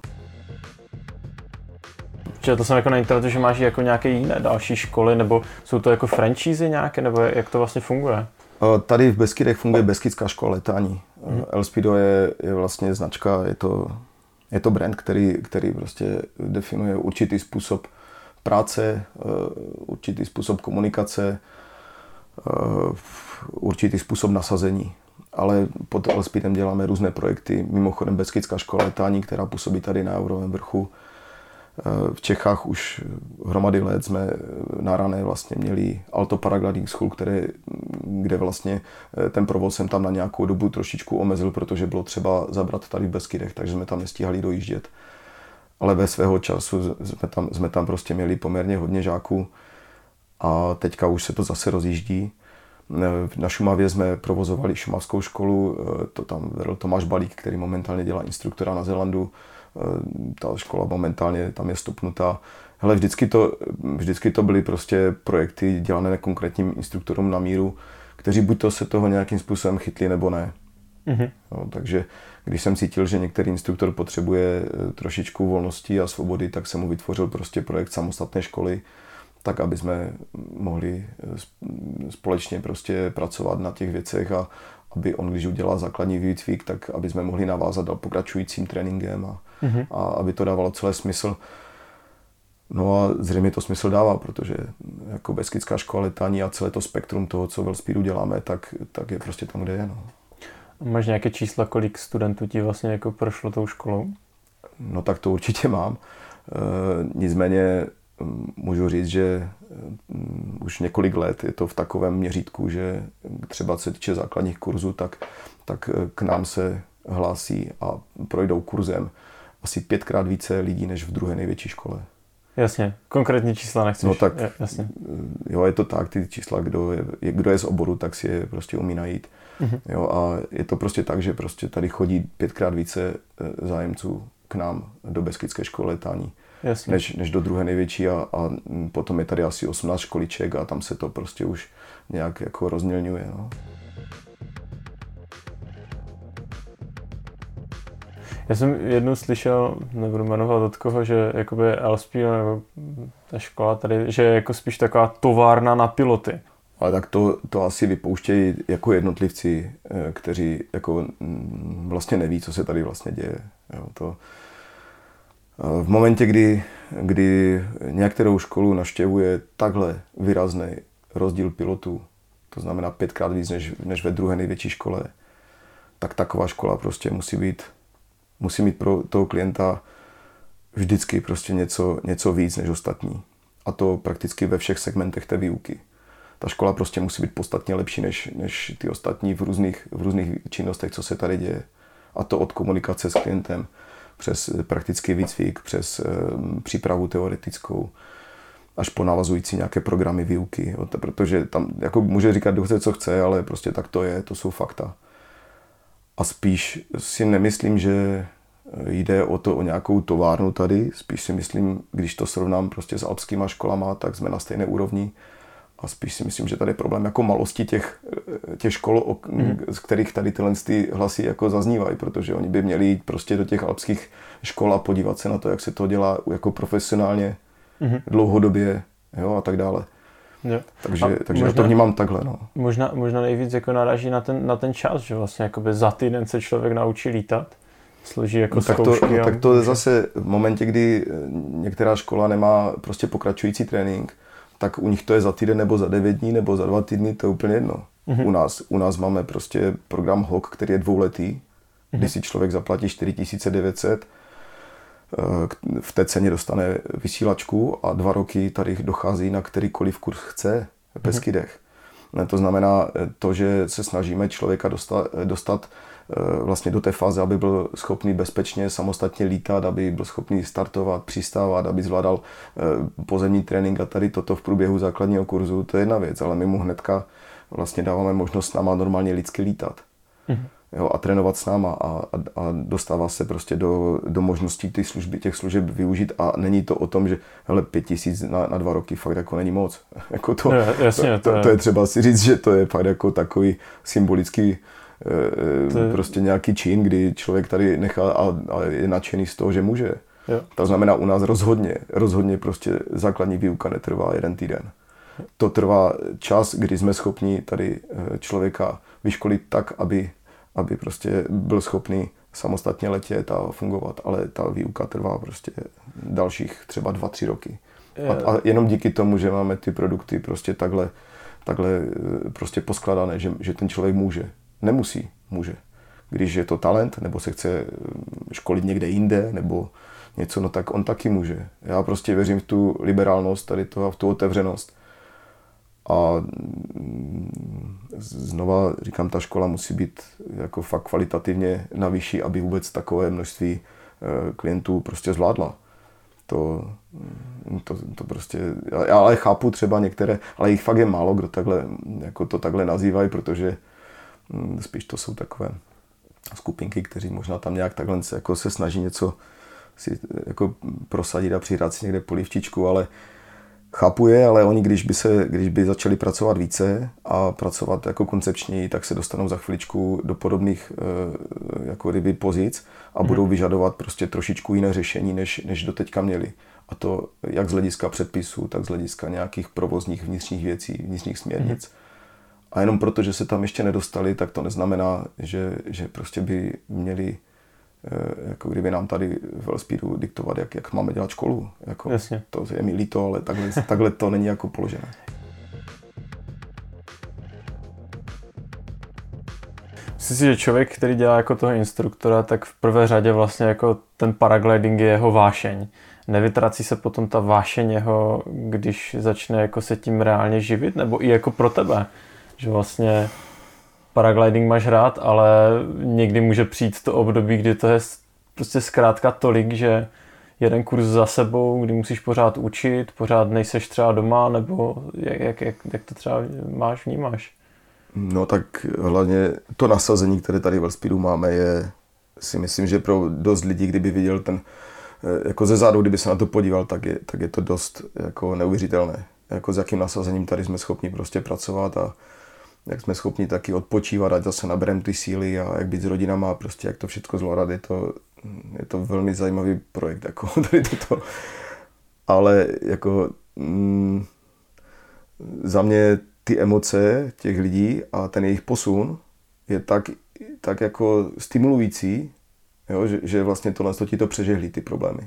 To jsem jako na internetu, že máš jako nějaké jiné další školy, nebo jsou to jako franšízy nějaké, nebo jak to vlastně funguje? Tady v Beskydech funguje Beskidská škola letání. Hmm. Elspido je, je vlastně značka, je to, je to brand, který, který prostě definuje určitý způsob práce, určitý způsob komunikace, určitý způsob nasazení. Ale pod Elspidem děláme různé projekty, mimochodem Beskidská škola letání, která působí tady na Jaurovém vrchu. V Čechách už hromady let jsme na Rané vlastně měli Alto Paragliding School, které, kde vlastně ten provoz jsem tam na nějakou dobu trošičku omezil, protože bylo třeba zabrat tady v Beskydech, takže jsme tam nestíhali dojíždět. Ale ve svého času jsme tam, jsme tam prostě měli poměrně hodně žáků a teďka už se to zase rozjíždí. Na Šumavě jsme provozovali šumavskou školu, to tam vedl Tomáš Balík, který momentálně dělá instruktora na Zélandu. Ta škola momentálně tam je stopnutá. Hele, vždycky to, vždycky to byly prostě projekty dělané konkrétním instruktorům na míru, kteří buď to se toho nějakým způsobem chytli, nebo ne. Mm-hmm. No, takže když jsem cítil, že některý instruktor potřebuje trošičku volnosti a svobody, tak jsem mu vytvořil prostě projekt samostatné školy, tak aby jsme mohli společně prostě pracovat na těch věcech a aby on, když udělal základní výcvik, tak aby jsme mohli navázat dál pokračujícím tréninkem a, mm-hmm. a aby to dávalo celé smysl. No a zřejmě to smysl dává, protože jako Beskidská škola letání a celé to spektrum toho, co v Elspidu děláme, tak, tak je prostě tam, kde je. No. Máš nějaké čísla, kolik studentů ti vlastně jako prošlo tou školou? No tak to určitě mám. E, nicméně můžu říct, že už několik let je to v takovém měřítku, že třeba co se týče základních kurzů, tak, tak k nám se hlásí a projdou kurzem asi pětkrát více lidí, než v druhé největší škole. Jasně, konkrétní čísla nechceš. No tak, jasně. Jo, je to tak, ty čísla, kdo je, kdo je z oboru, tak si je prostě umí najít. Mm-hmm. Jo, a je to prostě tak, že prostě tady chodí pětkrát více zájemců k nám do Beskydské školy letání. Než, než do druhé největší a, a potom je tady asi osmnáct školiček a tam se to prostě už nějak jako rozmělňuje. No. Já jsem jednou slyšel, nebudu jmenovat od koho, že jakoby Elspido nebo ta škola tady, že je jako spíš taková továrna na piloty. Ale tak to, to asi vypouštějí jako jednotlivci, kteří jako vlastně neví, co se tady vlastně děje. Jo, to, v momentě, kdy, kdy některou školu navštěvuje takhle výrazný rozdíl pilotů, to znamená pětkrát víc než, než ve druhé největší škole, tak taková škola prostě musí být, musí mít pro toho klienta vždycky prostě něco, něco víc než ostatní. A to prakticky ve všech segmentech té výuky. Ta škola prostě musí být podstatně lepší než, než ty ostatní v různých, v různých činnostech, co se tady děje. A to od komunikace s klientem, přes praktický výcvik, přes e, přípravu teoretickou, až po navazující nějaké programy výuky. Jo, to, protože tam jako může říkat, kdo chce, co chce, ale prostě tak to je, to jsou fakta. A spíš si nemyslím, že jde o to, o nějakou továrnu tady, spíš si myslím, když to srovnám prostě s alpskýma školama, tak jsme na stejné úrovni. A spíš si myslím, že tady je problém jako malosti těch, těch škol, mm. z kterých tady tyhle ty hlasy jako zaznívají, protože oni by měli jít prostě do těch alpských škol a podívat se na to, jak se to dělá jako profesionálně, mm. dlouhodobě, jo, a tak dále. Jo. Takže, takže možná, já to vnímám takhle. No. Možná, možná nejvíc jako naráží na ten, na ten čas, že vlastně jakoby za týden se člověk naučí lítat, složí jako no, tak zkoušky. To, no, a tak to je zase v momentě, kdy některá škola nemá prostě pokračující trénink, tak u nich to je za týden nebo za devět dní nebo za dva týdny, to je úplně jedno. Mm-hmm. U nás, u nás máme prostě program H O K, který je dvouletý, mm-hmm. kdy si člověk zaplatí čtyři tisíce devět set, v té ceně dostane vysílačku a dva roky tady dochází na kterýkoliv kurz chce v Beskydech. Mm-hmm. To znamená to, že se snažíme člověka dostat, dostat vlastně do té fáze, aby byl schopný bezpečně samostatně lítat, aby byl schopný startovat, přistávat, aby zvládal pozemní trénink a tady toto v průběhu základního kurzu, to je jedna věc, ale my mu hnedka vlastně dáváme možnost s náma normálně lidsky lítat. Mhm. Jo, a trénovat s náma a, a, a dostává se prostě do, do možností těch služby, těch služeb využít a není to o tom, že hele, pět tisíc na, na dva roky fakt jako není moc. Jako to, ne, jasně, to, to, to je třeba si říct, že to je fakt jako takový symbolický to je... prostě nějaký čin, kdy člověk tady nechá a, a je nadšený z toho, že může. Jo. To znamená u nás rozhodně, rozhodně prostě základní výuka netrvá jeden týden. To trvá čas, kdy jsme schopni tady člověka vyškolit tak, aby aby prostě byl schopný samostatně letět a fungovat, ale ta výuka trvá prostě dalších třeba dva, tři roky. A, a jenom díky tomu, že máme ty produkty prostě takhle, takhle prostě poskladané, že, že ten člověk může. Nemusí, může. Když je to talent, nebo se chce školit někde jinde, nebo něco, no tak on taky může. Já prostě věřím v tu liberálnost tady toho, v tu otevřenost. A znova říkám, ta škola musí být jako fakt kvalitativně na vyšší, aby vůbec takové množství klientů prostě zvládla. To, to, to prostě, já ale chápu třeba některé, ale jich fakt je málo, kdo takhle, jako to takhle nazývají, protože spíš to jsou takové skupinky, kteří možná tam nějak takhle se, jako se snaží něco si jako prosadit a přihrát si někde polivčičku, ale chápu je, ale oni, když by, se, když by začali pracovat více a pracovat jako koncepčněji, tak se dostanou za chviličku do podobných jako kdyby pozic a hmm. budou vyžadovat prostě trošičku jiné řešení, než, než doteďka měli. A to jak z hlediska předpisů, tak z hlediska nějakých provozních vnitřních věcí, vnitřních směrnic. Hmm. A jenom proto, že se tam ještě nedostali, tak to neznamená, že, že prostě by měli jako kdyby nám tady v Wellspeedu diktovat, jak, jak máme dělat školu. Jako, Jasně. To je mi líto, ale takhle, takhle to není jako položené. Myslím si, že člověk, který dělá jako toho instruktora, tak v prvé řadě vlastně jako ten paragliding je jeho vášeň. Nevytrací se potom ta vášeň jeho, když začne jako se tím reálně živit, nebo i jako pro tebe, že vlastně paragliding máš rád, ale někdy může přijít to období, kdy to je prostě zkrátka tolik, že jeden kurz za sebou, kdy musíš pořád učit, pořád nejseš třeba doma, nebo jak, jak, jak, jak to třeba máš, vnímáš? No tak hlavně to nasazení, které tady v Wellspeedu máme, je si myslím, že pro dost lidí, kdyby viděl ten, jako ze zádu, kdyby se na to podíval, tak je, tak je to dost jako neuvěřitelné. Jako s jakým nasazením tady jsme schopni prostě pracovat a jak jsme schopni taky odpočívat, ať zase nabereme ty síly a jak být s rodinama a prostě jak to všechno zvládat, je to, je to velmi zajímavý projekt, jako tady toto. Ale jako mm, za mě ty emoce těch lidí a ten jejich posun je tak, tak jako stimulující, jo, že, že vlastně tohle ti to přežehlí, ty problémy.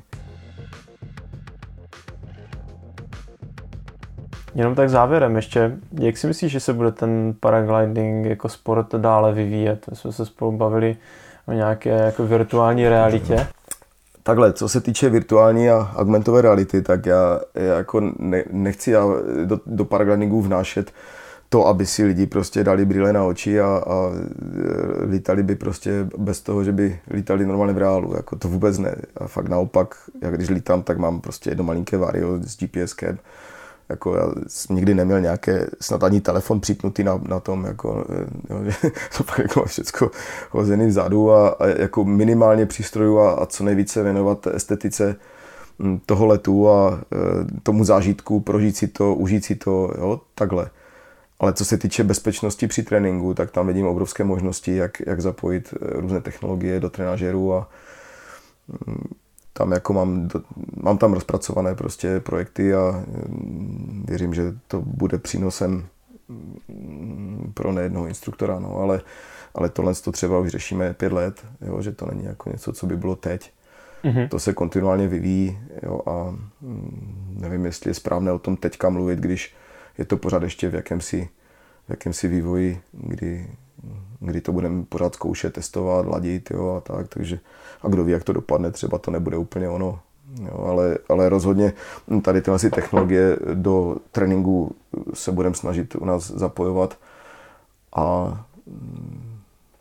Jenom tak závěrem ještě, jak si myslíš, že se bude ten paragliding jako sport dále vyvíjet? My jsme se spolu bavili o nějaké jako virtuální realitě. Takhle, co se týče virtuální a augmentové reality, tak já, já jako ne, nechci já do, do paraglidingu vnášet to, aby si lidi prostě dali brýle na oči a, a lítali by prostě bez toho, že by lítali normálně v reálu. Jako to vůbec ne. A fakt naopak, jak když lítám, tak mám prostě jedno malinké vario s GPSkem. Jako já jsem nikdy neměl nějaké, snad ani telefon připnutý na, na tom, jako, jo, že to pak jako všecko hozený vzadu a, a jako minimálně přístrojů a, a co nejvíce věnovat estetice toho letu a e, tomu zážitku, prožít si to, užít si to, jo, takhle. Ale co se týče bezpečnosti při tréninku, tak tam vidím obrovské možnosti, jak, jak zapojit různé technologie do trenažerů a tam jako mám, mám tam rozpracované prostě projekty a věřím, že to bude přínosem pro nejednoho instruktora, no, ale, ale tohle to třeba už řešíme pět let, jo, že to není jako něco, co by bylo teď. Mm-hmm. To se kontinuálně vyvíjí, jo, a nevím, jestli je správné o tom teďka mluvit, když je to pořád ještě v jakémsi, v jakémsi vývoji, kdy, kdy to budeme pořád zkoušet, testovat, ladit, jo, a tak, takže a kdo ví, jak to dopadne, třeba to nebude úplně ono, jo, ale, ale rozhodně tady tyhle technologie do tréninku se budeme snažit u nás zapojovat a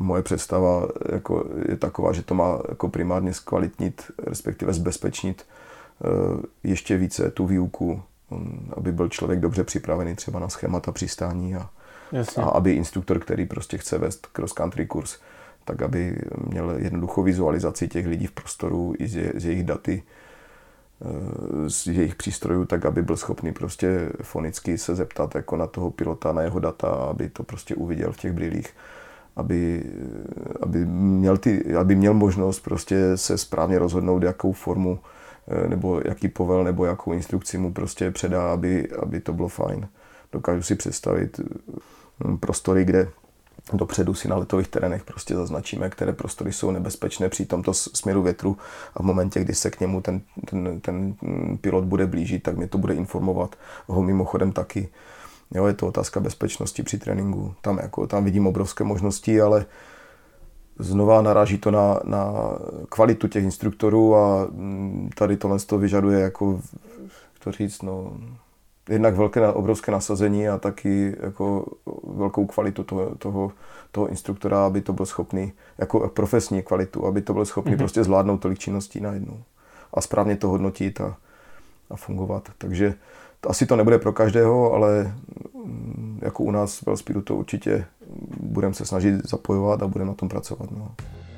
moje představa jako je taková, že to má jako primárně zkvalitnit, respektive zbezpečnit ještě více tu výuku, aby byl člověk dobře připravený třeba na schémata přistání a, a aby instruktor, který prostě chce vést cross country kurz, tak aby měl jednoduchou vizualizaci těch lidí v prostoru i z, z jejich daty, z jejich přístrojů, tak aby byl schopný prostě fonicky se zeptat jako na toho pilota, na jeho data, aby to prostě uviděl v těch brýlích, aby, aby, měl, ty, aby měl možnost prostě se správně rozhodnout, jakou formu nebo jaký povel nebo jakou instrukci mu prostě předá, aby, aby to bylo fajn. Dokážu si představit prostory, kde dopředu si na letových terénech prostě zaznačíme, které prostory jsou nebezpečné při tomto směru větru a v momentě, kdy se k němu ten, ten, ten pilot bude blížit, tak mě to bude informovat. Ho mimochodem taky. Jo, je to otázka bezpečnosti při tréninku. Tam, jako, tam vidím obrovské možnosti, ale znova naráží to na, na kvalitu těch instruktorů a tady tohle to vyžaduje jako, to říct, no, jednak velké, obrovské nasazení a taky jako velkou kvalitu toho, toho, toho instruktora, aby to byl schopný, jako profesní kvalitu, aby to byl schopný mm-hmm. prostě zvládnout tolik činností najednou a správně to hodnotit a, a fungovat. Takže to, asi to nebude pro každého, ale jako u nás v Wellspeedu to určitě budeme se snažit zapojovat a budeme na tom pracovat. No.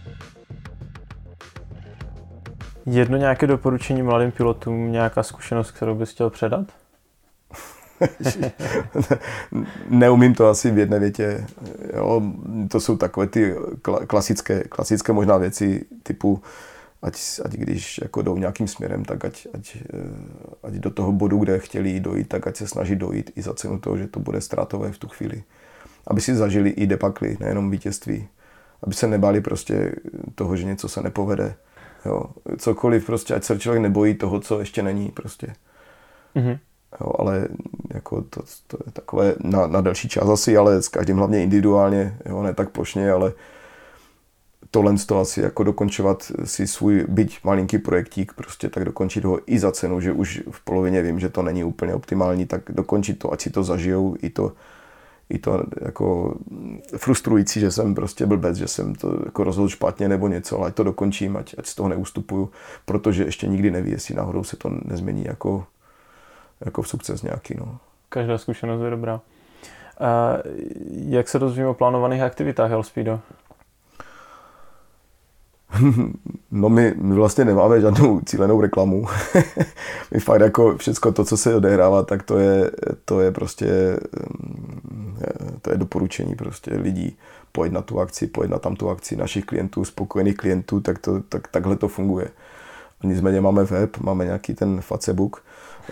Jedno nějaké doporučení mladým pilotům, nějaká zkušenost, kterou bys chtěl předat? Neumím to asi v jedné větě. Jo, to jsou takové ty klasické, klasické možná věci typu, ať, ať když jako jdou nějakým směrem, tak ať, ať, ať do toho bodu, kde chtěli dojít, tak ať se snaží dojít i za cenu toho, že to bude ztrátové v tu chvíli. Aby si zažili i debakly, nejenom vítězství. Aby se nebáli prostě toho, že něco se nepovede. Jo, cokoliv prostě, ať se člověk nebojí toho, co ještě není prostě. Mm-hmm. Jo, ale jako to, to je takové na, na delší čas asi, ale s každým hlavně individuálně, jo, ne tak plošně, ale tohle to asi jako dokončovat si svůj byť malinký projektík, prostě tak dokončit ho i za cenu, že už v polovině vím, že to není úplně optimální, tak dokončit to, ať si to zažijou, i to, i to jako frustrující, že jsem prostě blbec, že jsem to jako rozhodl špatně nebo něco, ale ať to dokončím, ať, ať z toho neustupuju, protože ještě nikdy neví, jestli náhodou se to nezmění jako jako v sukces nějaký, no. Každá zkušenost je dobrá. A jak se dozvím o plánovaných aktivitách Wellspeedu? No my, my vlastně nemáme žádnou cílenou reklamu. My fakt jako všecko to, co se odehrává, tak to je, to je prostě to je doporučení prostě lidí. Pojď na tu akci, pojď na tamtu akci našich klientů, spokojených klientů, tak to, tak, takhle to funguje. Nicméně máme web, máme nějaký ten Facebook,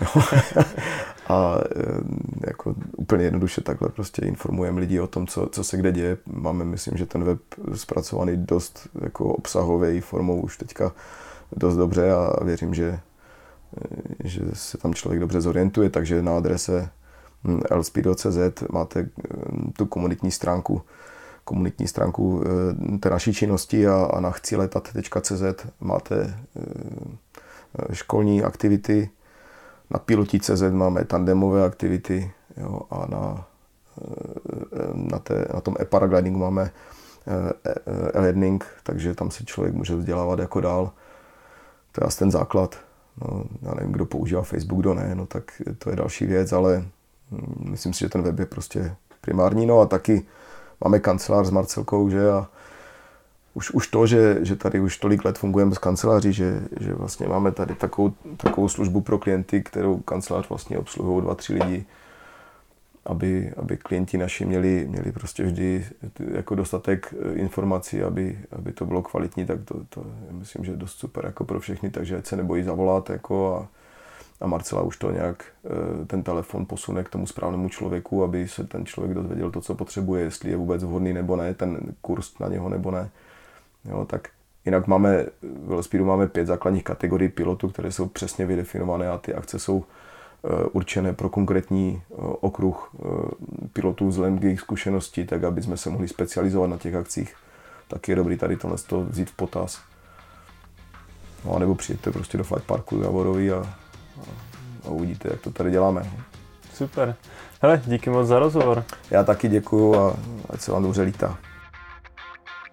a jako úplně jednoduše takhle prostě informujeme lidi o tom, co, co se kde děje. Máme, myslím, že ten web zpracovaný dost jako obsahovou formou už teďka dost dobře a věřím, že, že se tam člověk dobře zorientuje, takže na adrese wellspeed tečka cé zet máte tu komunitní stránku komunitní stránku té naší činnosti a, a na chciletat tečka cé zet máte školní aktivity. Na piloti tečka cé zet máme tandemové aktivity, jo, a na, na, té, na tom e-paraglidingu máme e-learning, takže tam si člověk může vzdělávat jako dál. To je asi ten základ. No, já nevím, kdo používá Facebook, kdo ne, no tak to je další věc, ale myslím si, že ten web je prostě primární. No a taky máme kancelář s Marcelkou, že a Už, už to, že, že tady už tolik let fungujeme s kanceláří, že, že vlastně máme tady takovou, takovou službu pro klienty, kterou kancelář vlastně obsluhují dva, tři lidi, aby, aby klienti naši měli, měli prostě vždy jako dostatek informací, aby, aby to bylo kvalitní, tak to, to myslím, že je dost super jako pro všechny, takže ať se nebojí zavolat jako a, a Marcela už to nějak ten telefon posune k tomu správnému člověku, aby se ten člověk dozvěděl to, co potřebuje, jestli je vůbec vhodný nebo ne, ten kurz na něho nebo ne. Jo, tak jinak máme, v Wellspeedu máme pět základních kategorií pilotů, které jsou přesně vydefinované a ty akce jsou uh, určené pro konkrétní uh, okruh uh, pilotů vzhledem k jejich zkušenosti, tak aby jsme se mohli specializovat na těch akcích. Tak je dobrý tady tohle vzít v potaz. No a nebo přijďte prostě do Flight Parku Javorový a, a, a uvidíte, jak to tady děláme. Super. Hele, díky moc za rozhovor. Já taky děkuju a ať se vám dobře lítá.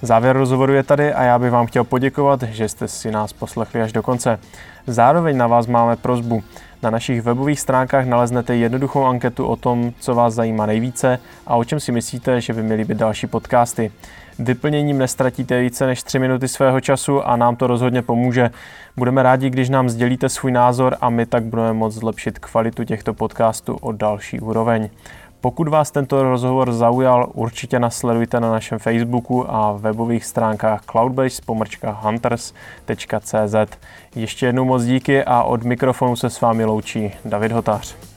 Závěr rozhovoru je tady a já bych vám chtěl poděkovat, že jste si nás poslechli až do konce. Zároveň na vás máme prosbu. Na našich webových stránkách naleznete jednoduchou anketu o tom, co vás zajímá nejvíce a o čem si myslíte, že by měly být další podcasty. Vyplněním nestratíte více než tři minuty svého času a nám to rozhodně pomůže. Budeme rádi, když nám sdělíte svůj názor a my tak budeme moct zlepšit kvalitu těchto podcastů o další úroveň. Pokud vás tento rozhovor zaujal, určitě nás sledujte na našem Facebooku a webových stránkách cloudbase pomlčka hunters tečka cé zet. Ještě jednou moc díky a od mikrofonu se s vámi loučí David Hotař.